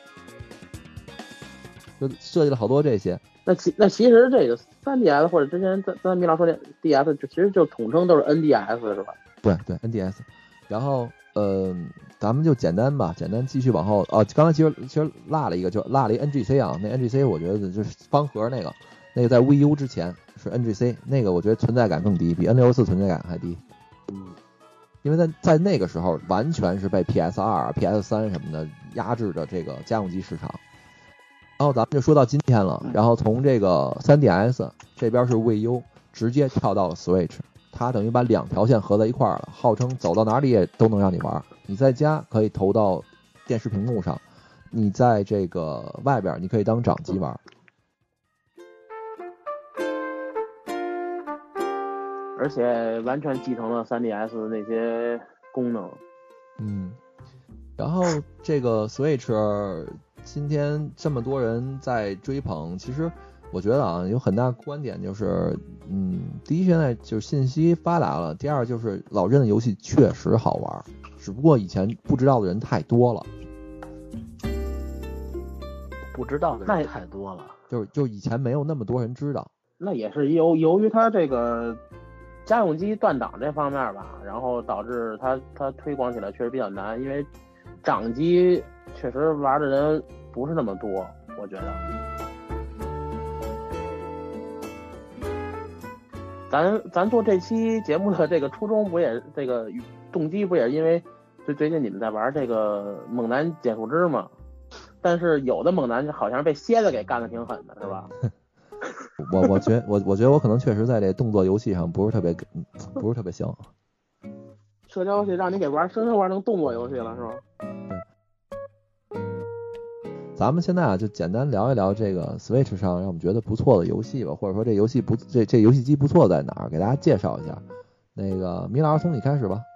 Speaker 4: 就设计了好多这些。
Speaker 6: 那其那其实这个 三 D S 或者之前咱咱米老说的 D S， 就其实就统称都是 N D S 是吧？
Speaker 4: 对对 N D S， 然后呃，咱们就简单吧，简单继续往后哦。刚才其实其实落了一个，就落了一 N G C 啊，那 N G C 我觉得就是方盒那个，那个在 V U 之前是 N G C， 那个我觉得存在感更低，比 N 六十四 存在感还低。
Speaker 2: 嗯，
Speaker 4: 因为在在那个时候完全是被 P S 二、P S 三什么的压制着这个家用机市场。然后咱们就说到今天了，然后从这个 三 D S 这边是 V U， 直接跳到了 Switch， 它等于把两条线合在一块儿了，号称走到哪里也都能让你玩。你在家可以投到电视屏幕上，你在这个外边你可以当掌机玩，
Speaker 6: 而且完全继承了 三 D S 的那些功能。
Speaker 4: 嗯，然后这个 Switch。今天这么多人在追捧，其实我觉得啊，有很大观点就是，嗯，第一现在就是信息发达了，第二就是老任的游戏确实好玩，只不过以前不知道的人太多了，
Speaker 2: 不知道的人太多了，
Speaker 4: 就是就以前没有那么多人知道。
Speaker 6: 那也是由由于它这个家用机断档这方面吧，然后导致它它推广起来确实比较难，因为掌机确实玩的人不是那么多，我觉得。咱咱做这期节目的这个初衷不也这个动机不也是因为最最近你们在玩这个猛男减速之嘛？但是有的猛男好像被蝎子给干得挺狠的，是吧？
Speaker 4: 我我觉我我觉得我可能确实在这动作游戏上不是特别不是特别行。
Speaker 6: 社交游戏让你给玩，生生玩成动作游戏了，是吧？
Speaker 4: 咱们现在啊，就简单聊一聊这个 Switch 上让我们觉得不错的游戏吧，或者说这游戏不这这游戏机不错在哪儿，给大家介绍一下。那个米老师从你开始吧。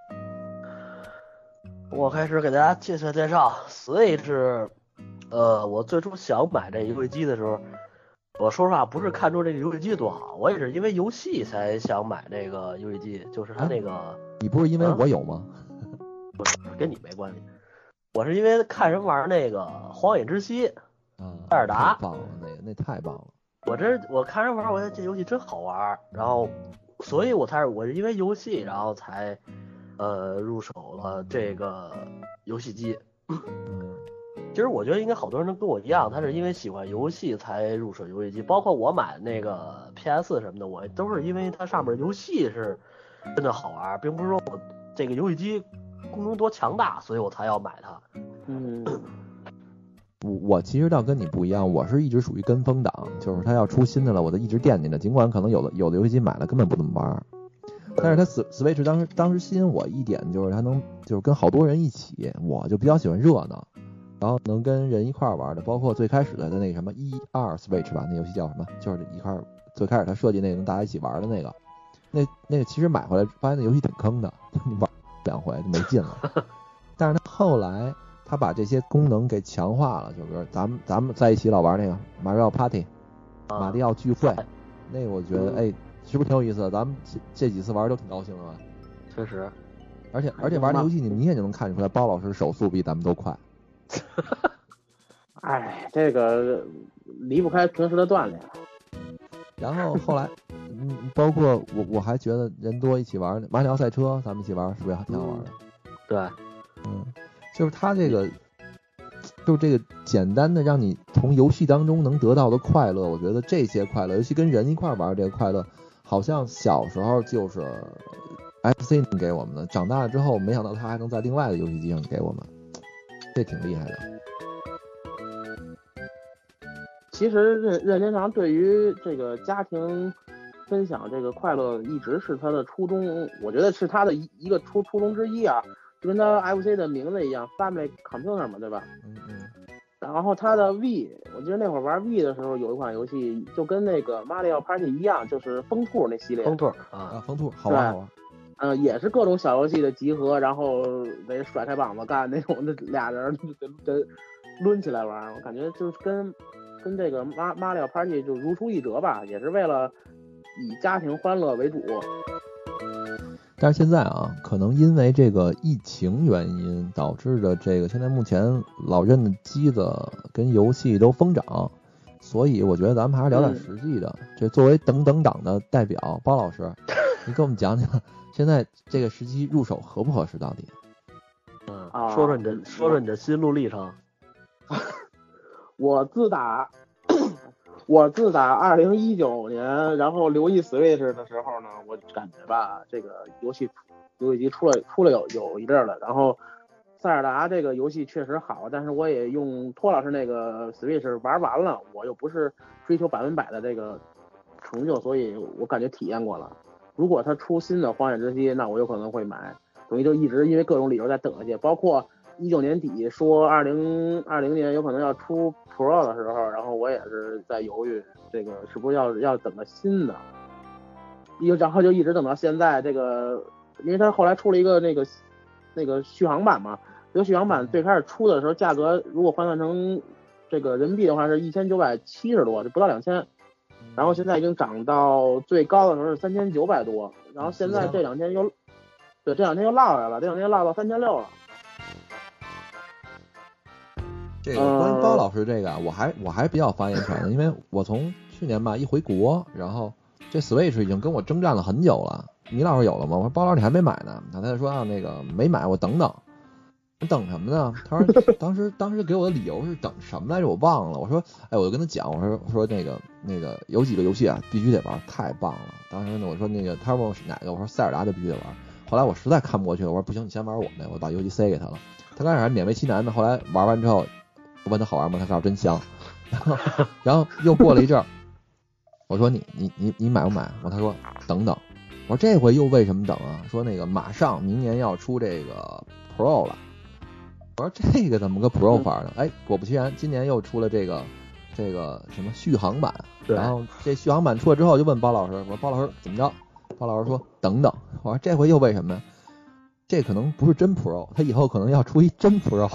Speaker 2: 我开始给大家介绍介绍 Switch。呃，我最初想买这游戏机的时候，我说实话不是看中这个游戏机多好，我也是因为游戏才想买这个游戏机，就是它那个。啊、
Speaker 4: 你不是因为我有吗？
Speaker 2: 不是，跟你没关系。我是因为看人玩那个《荒野之息》
Speaker 4: 啊，
Speaker 2: 塞尔达，
Speaker 4: 太棒了，那个那太棒了。
Speaker 2: 我这我看人玩，我觉得这游戏真好玩，然后，所以我才是我是因为游戏，然后才呃入手了这个游戏机。
Speaker 4: 嗯，
Speaker 2: 其实我觉得应该好多人都跟我一样，他是因为喜欢游戏才入手游戏机，包括我买那个 P S 什么的，我都是因为它上面游戏是真的好玩，并不是说我这个游戏机功能多强大，所以我才要买它。
Speaker 6: 嗯，
Speaker 4: 我我其实倒跟你不一样，我是一直属于跟风党，就是他要出新的了，我就一直惦记着，尽管可能有的有的游戏机买了根本不怎么玩，但是它 Switch 当时当时吸引我一点就是它能就是跟好多人一起，我就比较喜欢热闹，然后能跟人一块玩的，包括最开始的那个什么一二 Switch 吧，那游戏叫什么，就是一块最开始他设计那个能大家一起玩的那个，那那个其实买回来发现那游戏挺坑的，你玩两回就没劲了，但是他后来。他把这些功能给强化了，就比如咱们咱们在一起老玩那个马里奥 Party， 马里奥聚会，那个我觉得哎，是不是挺有意思的？咱们这这几次玩都挺高兴的吧？
Speaker 2: 确实，
Speaker 4: 而且而且玩这游戏你明显就能看出来，包老师手速比咱们都快。
Speaker 6: 哎，这个离不开平时的锻炼。
Speaker 4: 然后后来，嗯，包括我我还觉得人多一起玩马里奥赛车，咱们一起玩是不是也挺好玩的？
Speaker 2: 对，
Speaker 4: 嗯。就是它这个，就是这个简单的让你从游戏当中能得到的快乐，我觉得这些快乐，尤其跟人一块玩这个快乐，好像小时候就是 F C 能给我们的，长大了之后没想到它还能在另外的游戏机上给我们，这挺厉害的。
Speaker 6: 其实任任天堂对于这个家庭分享这个快乐一直是他的初衷，我觉得是他的一一个初初衷之一啊。就跟他 F C 的名字一样 ，Family Computer 嘛，对吧？
Speaker 4: 嗯嗯。
Speaker 6: 然后他的 V， 我记得那会儿玩 V 的时候，有一款游戏就跟那个马里奥 Party 一样，就是风兔那系列。
Speaker 2: 风兔
Speaker 4: 啊啊，风兔好玩好玩。
Speaker 6: 嗯、呃，也是各种小游戏的集合，然后得甩开膀子干那种的，俩人得得抡起来玩。我感觉就是跟跟这个马马里奥 Party 就如出一辙吧，也是为了以家庭欢乐为主。
Speaker 4: 但是现在啊，可能因为这个疫情原因，导致的这个现在目前老任的机子跟游戏都疯涨，所以我觉得咱们还是聊点实际的。嗯、这作为等等党的代表，包老师，你给我们讲讲现在这个时机入手合不合适到底？
Speaker 2: 嗯，说说你的、啊、说说你的心路历程。
Speaker 6: 我自打。我自打二零一九年，然后留意 Switch 的时候呢，我感觉吧，这个游戏游戏机出了出了有有一阵了。然后塞尔达这个游戏确实好，但是我也用托老师那个 Switch 玩完了，我又不是追求百分百的这个成就，所以我感觉体验过了。如果他出新的荒野之息，那我有可能会买。等于就一直因为各种理由在等下去，包括一九年底说二零二零年有可能要出 Pro 的时候，然后我也是在犹豫这个是不是要要等个新的，又然后就一直等到现在这个，因为它后来出了一个那个那个续航版嘛，这个续航版最开始出的时候价格如果换算成这个人民币的话是一千九百七十多，就不到两千，然后现在已经涨到最高的时候是三千九百多，然后现在这两天又对这两天又落下来了，这两天落到三千六了。
Speaker 4: 这个关于包老师这个啊，我还我还比较发言权的，因为我从去年吧一回国，然后这 Switch 已经跟我征战了很久了。米老师有了吗？我说包老师你还没买呢，他就说啊那个没买，我等等。你等什么呢？他说当时当时给我的理由是等什么来着？我忘了。我说哎，我就跟他讲，我说我说那个那个有几个游戏啊必须得玩，太棒了。当时呢我说那个他问我是哪个，我说塞尔达就必须得玩。后来我实在看不过去了，我说不行，你先玩我那，我把游戏塞给他了。他刚开始还勉为其难的，后来玩完之后。我问他好玩吗？他告诉真香。然后，然后又过了一阵儿，我说你你你你买不买？然后他说等等。我说这回又为什么等啊？说那个马上明年要出这个 Pro 了。我说这个怎么个 Pro 法呢？哎，果不其然，今年又出了这个这个什么续航版。然后这续航版出了之后，就问包老师，我说包老师怎么着？包老师说等等。我说这回又为什么呀？这可能不是真 Pro， 他以后可能要出一真 Pro。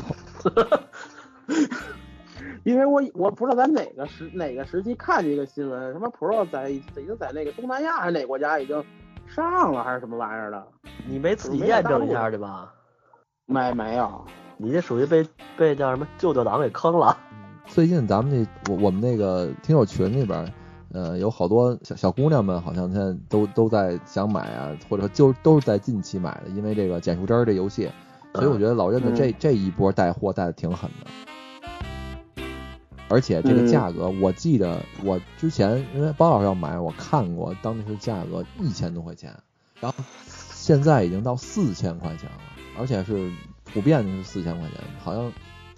Speaker 6: 因为我我不知道在哪个时哪个时期看见一个新闻，什么 Pro 在已经在那个东南亚还是哪个国家已经上了还是什么玩意儿的？
Speaker 2: 你没自己验证一下去吧？
Speaker 6: 没没有，
Speaker 2: 你这属于被被叫什么舅舅党给坑了。
Speaker 4: 最近咱们这我我们那个听友群里边，呃，有好多小小姑娘们好像现在都都在想买啊，或者就都是在近期买的，因为这个捡树枝儿这游戏，所以我觉得老任的这、嗯、这一波带货带的挺狠的。而且这个价格，我记得我之前因为包老师要买，我看过当时价格一千多块钱，然后现在已经到四千块钱了，而且是普遍的是四千块钱，好像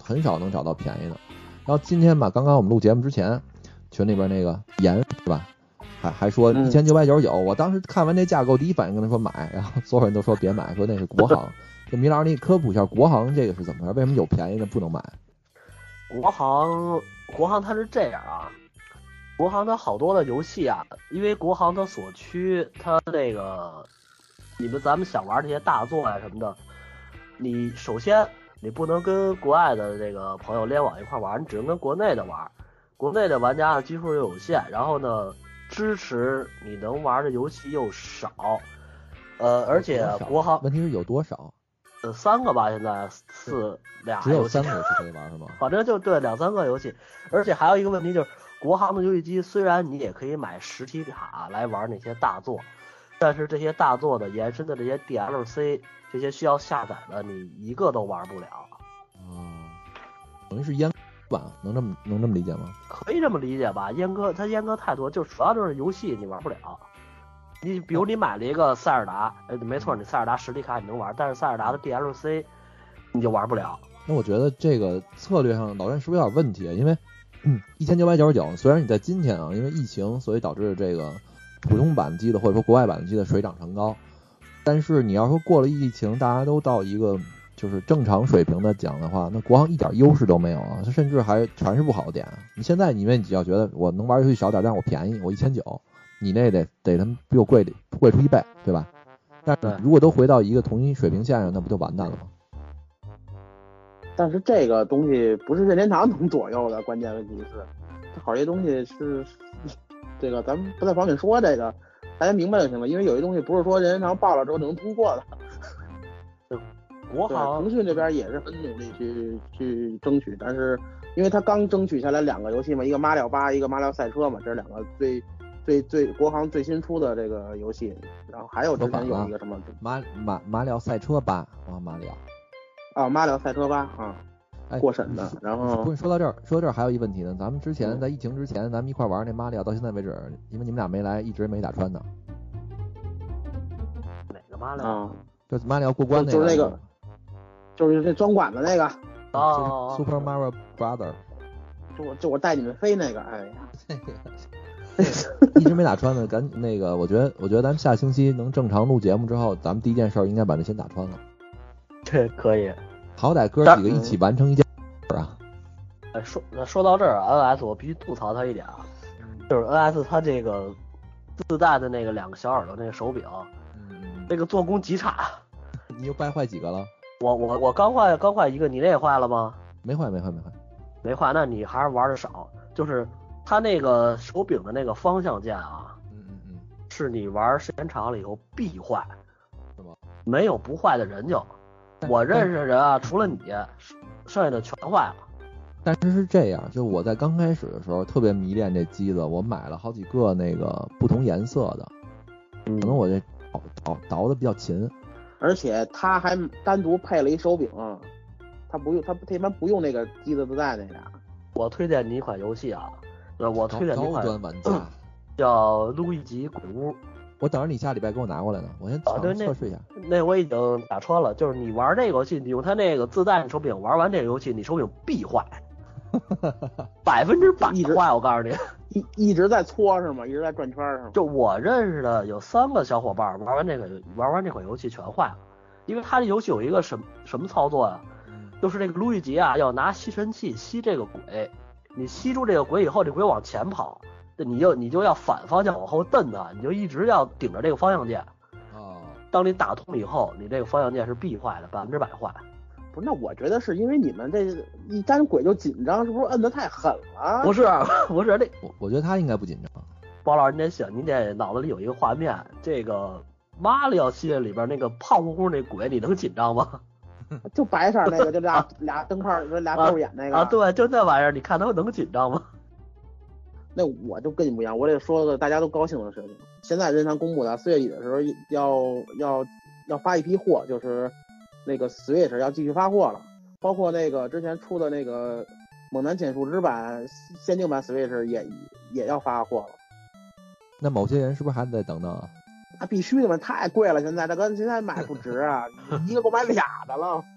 Speaker 4: 很少能找到便宜的。然后今天吧，刚刚我们录节目之前，群里边那个严是吧，还还说一千九百九十九，我当时看完这价格，第一反应跟他说买，然后所有人都说别买，说那是国行。这米老师，你科普一下国行这个是怎么回事？为什么有便宜的不能买？
Speaker 2: 国行，国行它是这样啊，国行它好多的游戏啊，因为国行它所趋，它那个你们咱们想玩这些大作啊什么的，你首先你不能跟国外的这个朋友联网一块玩，你只能跟国内的玩。国内的玩家的基数又有限，然后呢，支持你能玩的游戏又少，呃，而且国行
Speaker 4: 问题是有多少？
Speaker 2: 呃，三个吧，现在四俩
Speaker 4: 只有三个游戏可以玩是吗？
Speaker 2: 反正就对两三个游戏，而且还有一个问题就是，国行的游戏机虽然你也可以买实体卡来玩那些大作，但是这些大作的延伸的这些 D L C 这些需要下载的，你一个都玩不了。
Speaker 4: 哦，等于是阉割吧？能这么能这么理解吗？
Speaker 2: 可以这么理解吧？阉割它阉割太多，就主要就是游戏你玩不了。你比如你买了一个塞尔达，呃，没错，你塞尔达实体卡你能玩，但是塞尔达的 D L C 你就玩不了。
Speaker 4: 那我觉得这个策略上老任是不是有点问题？因为嗯，一千九百九十九，虽然你在今天啊，因为疫情，所以导致这个普通版机的或者说国外版机的水涨船高，但是你要说过了疫情，大家都到一个就是正常水平的讲的话，那国行一点优势都没有啊，它甚至还全是不好的点。你现在因为你要觉得我能玩游戏少点，但是我便宜，我一千九。你那得得他们比我贵的贵出一倍，对吧？但是如果都回到一个同一水平线上，那不就完蛋了吗？
Speaker 6: 但是这个东西不是任天堂能左右的，关键问题是，它好些东西是这个，咱们不在方便说这个，大家明白就行了。因为有些东西不是说任天堂报了之后就能通过的。
Speaker 2: 国行
Speaker 6: 腾讯这边也是很努力去去争取，但是因为他刚争取下来两个游戏嘛，一个马里奥八，一个马里奥赛车嘛，这是两个最。最最国行最新出的这个游戏，然后还有之前有一个什么
Speaker 4: 马马马里奥赛车八啊，马里
Speaker 6: 奥啊，马里奥赛车八啊，
Speaker 4: 哎，
Speaker 6: 过审的。然后
Speaker 4: 不是说到这儿，说到这儿还有一问题呢。咱们之前在疫情之前，咱们一块玩那马里奥，到现在为止，因为你们俩没来，一直没打穿呢。
Speaker 2: 哪个马里奥？
Speaker 4: 就是马里奥过关那
Speaker 6: 个，就是那个，就是那钻管的那个。
Speaker 2: 哦
Speaker 4: ，Super Mario Brother。
Speaker 6: 就我就我带你们飞那个，哎呀。
Speaker 4: 一直没打穿呢，咱那个，我觉得，我觉得咱们下星期能正常录节目之后，咱们第一件事应该把那先打穿了。
Speaker 2: 这可以，
Speaker 4: 好歹哥几个一起完成一件事啊。
Speaker 2: 哎，说说到这儿 ，N S 我必须吐槽它一点啊，就是 N S 它这个自带的那个两个小耳朵那个手柄，嗯，那个做工极差。
Speaker 4: 你又掰坏几个了？
Speaker 2: 我我我刚坏刚坏一个，你那也坏了吗？
Speaker 4: 没坏没坏没坏
Speaker 2: 没坏，那你还是玩的少，就是。它那个手柄的那个方向键啊，
Speaker 4: 嗯嗯嗯，
Speaker 2: 是你玩时间长了以后必坏，
Speaker 4: 是吗？
Speaker 2: 没有不坏的人就，我认识的人啊，除了你，剩下的全坏了。
Speaker 4: 但是是这样，就我在刚开始的时候特别迷恋这机子，我买了好几个那个不同颜色的，可能我这倒倒倒的比较勤，
Speaker 6: 而且它还单独配了一手柄，它不用它它一般不用那个机子自带那俩。
Speaker 2: 我推荐你一款游戏啊。呃，我推荐你
Speaker 4: 高端玩家
Speaker 2: 叫《路易吉鬼屋》，
Speaker 4: 我等着你下礼拜给我拿过来呢，我先尝测试一下。
Speaker 2: 那我已经打穿了，就是你玩这个游戏，你用它那个自带的手柄玩完这个游戏，你手柄必坏，百分之百坏，我告诉你，
Speaker 6: 一一直在搓是吗？一直在转圈是吗？
Speaker 2: 就我认识的有三个小伙伴玩完这个玩完这款游戏全坏了，因为它这游戏有一个什么什么操作呀、啊？就是这个路易吉啊，要拿吸尘器吸这个鬼。你吸住这个鬼以后，这鬼往前跑，你就你就要反方向往后蹬它，你就一直要顶着这个方向键。
Speaker 4: 哦。
Speaker 2: 当你打通以后，你这个方向键是必坏的，百分之百坏。
Speaker 6: 不是，那我觉得是因为你们这一沾鬼就紧张，是不是摁得太狠了？
Speaker 2: 不是，不是这，
Speaker 4: 我我觉得他应该不紧张。
Speaker 2: 包老师，你得想，你得脑子里有一个画面，这个马里奥系列里边那个胖乎乎那鬼，你能紧张吗？
Speaker 6: 就白色那个，就俩俩灯泡，俩豆眼那个
Speaker 2: 啊，对，就那玩意儿，你看他能紧张吗？
Speaker 6: 那我就跟你不一样，我得说个大家都高兴的事情。现在任天堂公布的四月底的时候要要要发一批货，就是那个 Switch 要继续发货了，包括那个之前出的那个猛男减数值版限定版 Switch 也也要发货了。
Speaker 4: 那某些人是不是还得等等啊？
Speaker 6: 那必须的嘛，太贵了，现在大哥现在买不值啊，一个给我买俩的了。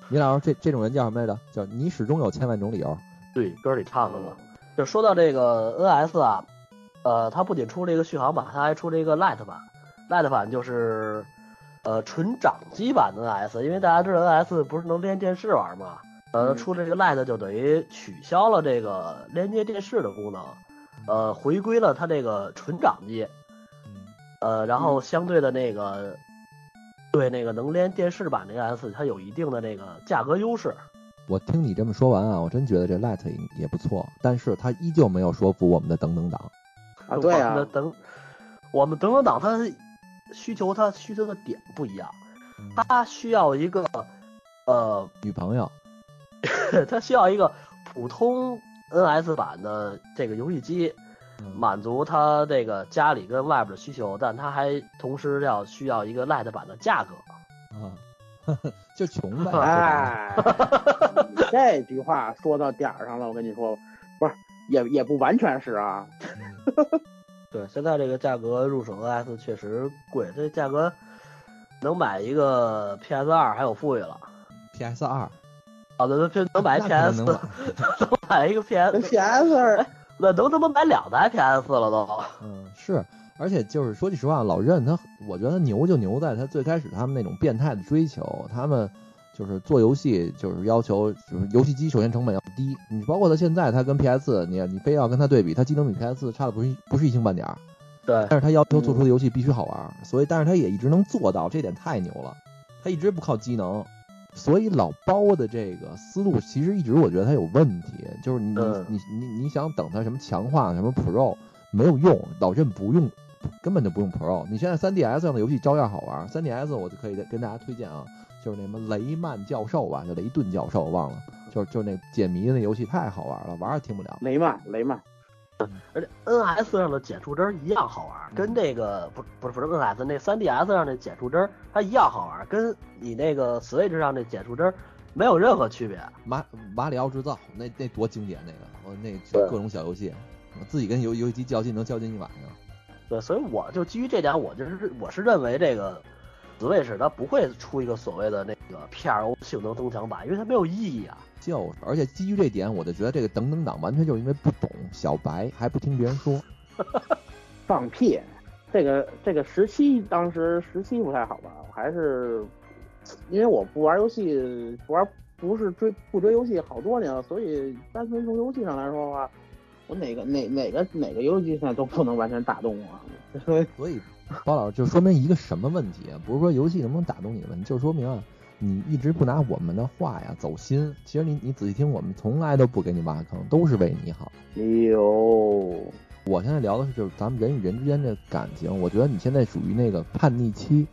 Speaker 4: 米老师，这这种人叫什么来着？叫你始终有千万种理由。
Speaker 2: 对，歌里唱的嘛。就说到这个 N S 啊，呃，它不仅出了一个续航版，它还出了一个 Lite 版。Lite 版就是呃纯掌机版的 N S， 因为大家知道 N S 不是能连电视玩嘛，呃，出了这个 Lite 就等于取消了这个连接电视的功能，呃，回归了它这个纯掌机，呃，然后相对的那个对那个能连电视版的 N S， 它有一定的那个价格优势。
Speaker 4: 我听你这么说完啊，我真觉得这 Lite 也不错，但是它依旧没有说服我们的等等党
Speaker 6: 啊。对啊，
Speaker 2: 我们的等我们等等党它需求它需求的点不一样，它需要一个呃
Speaker 4: 女朋友，
Speaker 2: 它需要一个普通 N S 版的这个游戏机，满足它这个家里跟外边的需求，但它还同时要需要一个 Lite 版的价格
Speaker 4: 啊。就穷呗。
Speaker 6: 哎，这句话说到点儿上了，我跟你说，不是也也不完全是啊。
Speaker 2: 对，现在这个价格入手 N S 确实贵，这价格能买一个 P S 二 还有富裕了。
Speaker 4: P S 二，
Speaker 2: 好的，能能买 P S， 能买一个 P S
Speaker 6: P S 二，
Speaker 2: 那能他妈买两台 P S 四了都。
Speaker 4: 嗯，是。而且就是说句实话，老任他，我觉得他牛就牛在他最开始他们那种变态的追求，他们就是做游戏就是要求就是游戏机首先成本要低，你包括他现在他跟 P S 你你非要跟他对比，他机能比 P S 四差的不是不是一星半点儿，
Speaker 2: 对，
Speaker 4: 但是他要求做出的游戏必须好玩，嗯、所以但是他也一直能做到，这点太牛了，他一直不靠机能，所以老包的这个思路其实一直我觉得他有问题，就是你、嗯、你你你你想等他什么强化什么 Pro 没有用，老任不用。根本就不用 Pro， 你现在 三 D S 上的游戏照样好玩。三 D S 我就可以跟大家推荐啊，就是那什么雷曼教授吧，就雷顿教授忘了，就是就是那解谜的那游戏太好玩了，玩也听不了。
Speaker 6: 雷曼雷曼，
Speaker 2: 而且 N S 上的减数帧一样好玩，跟那个不不是不是 N S 那 三 D S 上的减数帧它一样好玩，跟你那个 Switch 上的减数帧没有任何区别。
Speaker 4: 马马里奥制造那那多经典那个，我那各种小游戏，我自己跟游游戏机较劲能较劲一晚上。
Speaker 2: 对，所以我就基于这点，我就是我是认为这个 Switch 它不会出一个所谓的那个 P R O 性能增强版，因为它没有意义啊。
Speaker 4: 就是，而且基于这点，我就觉得这个等等党完全就是因为不懂，小白还不听别人说，
Speaker 6: 放屁！这个这个时期当时时期不太好吧？我还是因为我不玩游戏，不玩不是追不追游戏好多年了，所以单纯从游戏上来说的话。我哪个哪哪个哪个游戏现在都不能完全打动我，所以
Speaker 4: 所以包老师就说明一个什么问题啊？不是说游戏能不能打动你的问题，就说明啊，你一直不拿我们的话呀走心。其实你你仔细听，我们从来都不给你挖坑，都是为你好。
Speaker 6: 哎呦，
Speaker 4: 我现在聊的是就是咱们人与人之间的感情，我觉得你现在属于那个叛逆期。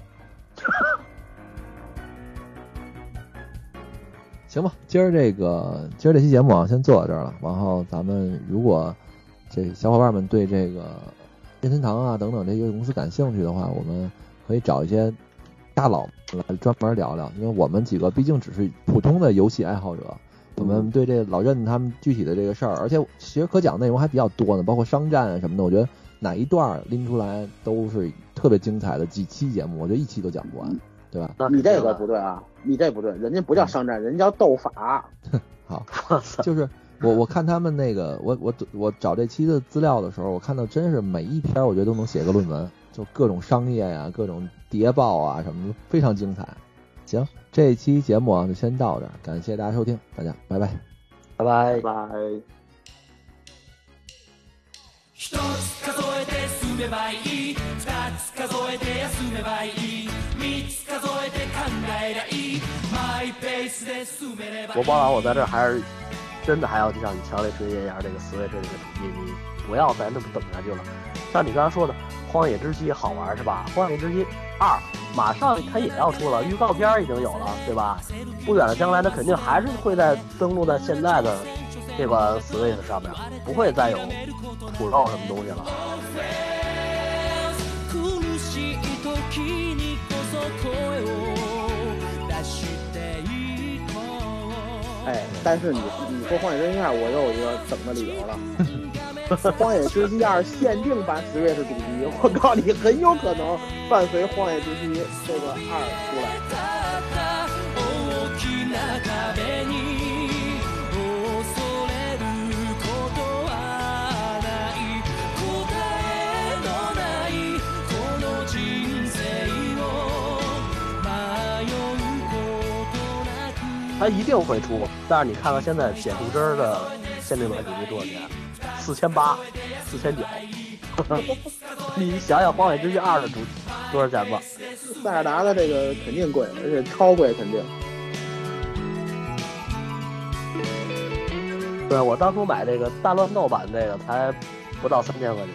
Speaker 4: 行吧，今儿这个今儿这期节目啊，先做到这儿了。然后咱们如果这小伙伴们对这个任天堂啊等等这些公司感兴趣的话，我们可以找一些大佬来专门聊聊，因为我们几个毕竟只是普通的游戏爱好者，我们对这老任他们具体的这个事儿，而且其实可讲内容还比较多呢，包括商战啊什么的，我觉得哪一段拎出来都是特别精彩的几期节目，我觉得一期都讲不完。对吧？
Speaker 6: 你这个不对啊，你这不对，人家不叫商战，人家叫斗法。
Speaker 4: 好，就是我我看他们那个，我我我找这期的资料的时候，我看到真是每一篇我觉得都能写个论文，就各种商业呀、啊、各种谍报啊什么的，非常精彩。行，这期节目啊就先到这儿，感谢大家收听，大家拜拜，
Speaker 2: 拜拜
Speaker 6: 拜拜。
Speaker 5: 一つ数えて進めばいい、二つ数えて休めばいい、三つ数えて考えりゃいい、マイペースで進めればいい。
Speaker 2: 国宝老，我在这儿还是真的还要向你强烈推荐一下这个 Switch 这个主机，你不要再那么等下去了。像你刚才说的，《荒野之息》好玩是吧？《荒野之息二》马上它也要出了，预告片已经有了，对吧？不远的将来，它肯定还是会在登陆在现在的这款 Switch 上面，不会再有土肉什么东西了。
Speaker 6: 哎，但是你你说《荒野之息二》，我又有一个等的理由了。《荒野之息二》限定版Switch主机，我告诉你，很有可能伴随《荒野之息》这个二出来。
Speaker 2: 它一定会出。但是你看看现在减树枝的限定版主机多少钱？四千八，四千九。你想想《荒野之息二》的主多少钱吧？
Speaker 6: 塞尔达的这个肯定贵，而且超贵肯定。
Speaker 2: 对，我当初买这个大乱斗版这个才不到三千块钱。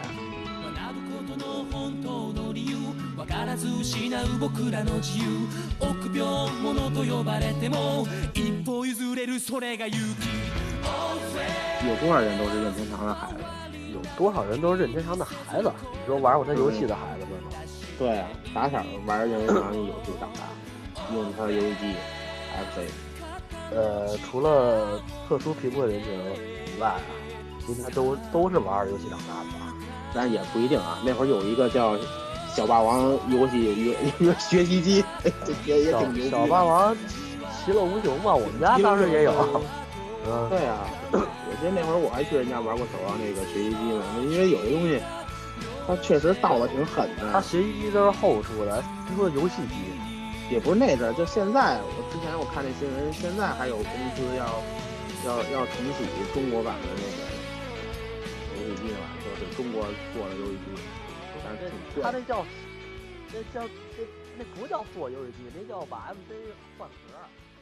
Speaker 5: わからず失う僕らの自由臆病者と呼ばれても一歩譲れるそれが勇気。
Speaker 6: 有多少人都是任天堂的孩子？
Speaker 2: 有多少人都是任天堂的孩子？你说玩过他游戏的孩子们吗？
Speaker 6: 对啊，打小玩任天堂游戏长大，用他的游戏机 F C。
Speaker 2: 呃，除了特殊贫困人群以外啊，应该都都是玩游戏长大的吧？
Speaker 6: 但也不一定啊。那会儿有一个叫小霸王游戏一个学习机，也也挺牛逼。
Speaker 2: 小霸王其乐无穷嘛，我们家当时也有。嗯，
Speaker 6: 对啊，我记得那会儿我还去人家玩过守望那个学习机呢，因为有的东西它确实倒的挺狠的。
Speaker 2: 它学习机都是后出的，听说游戏机
Speaker 6: 也不是那阵儿，就现在，我之前我看那新闻，现在还有公司要要要重启中国版的那个游戏机呢，说是中国做的游戏机。
Speaker 2: 他那叫，那叫那那不叫做游戏机，那叫把 M C 换壳。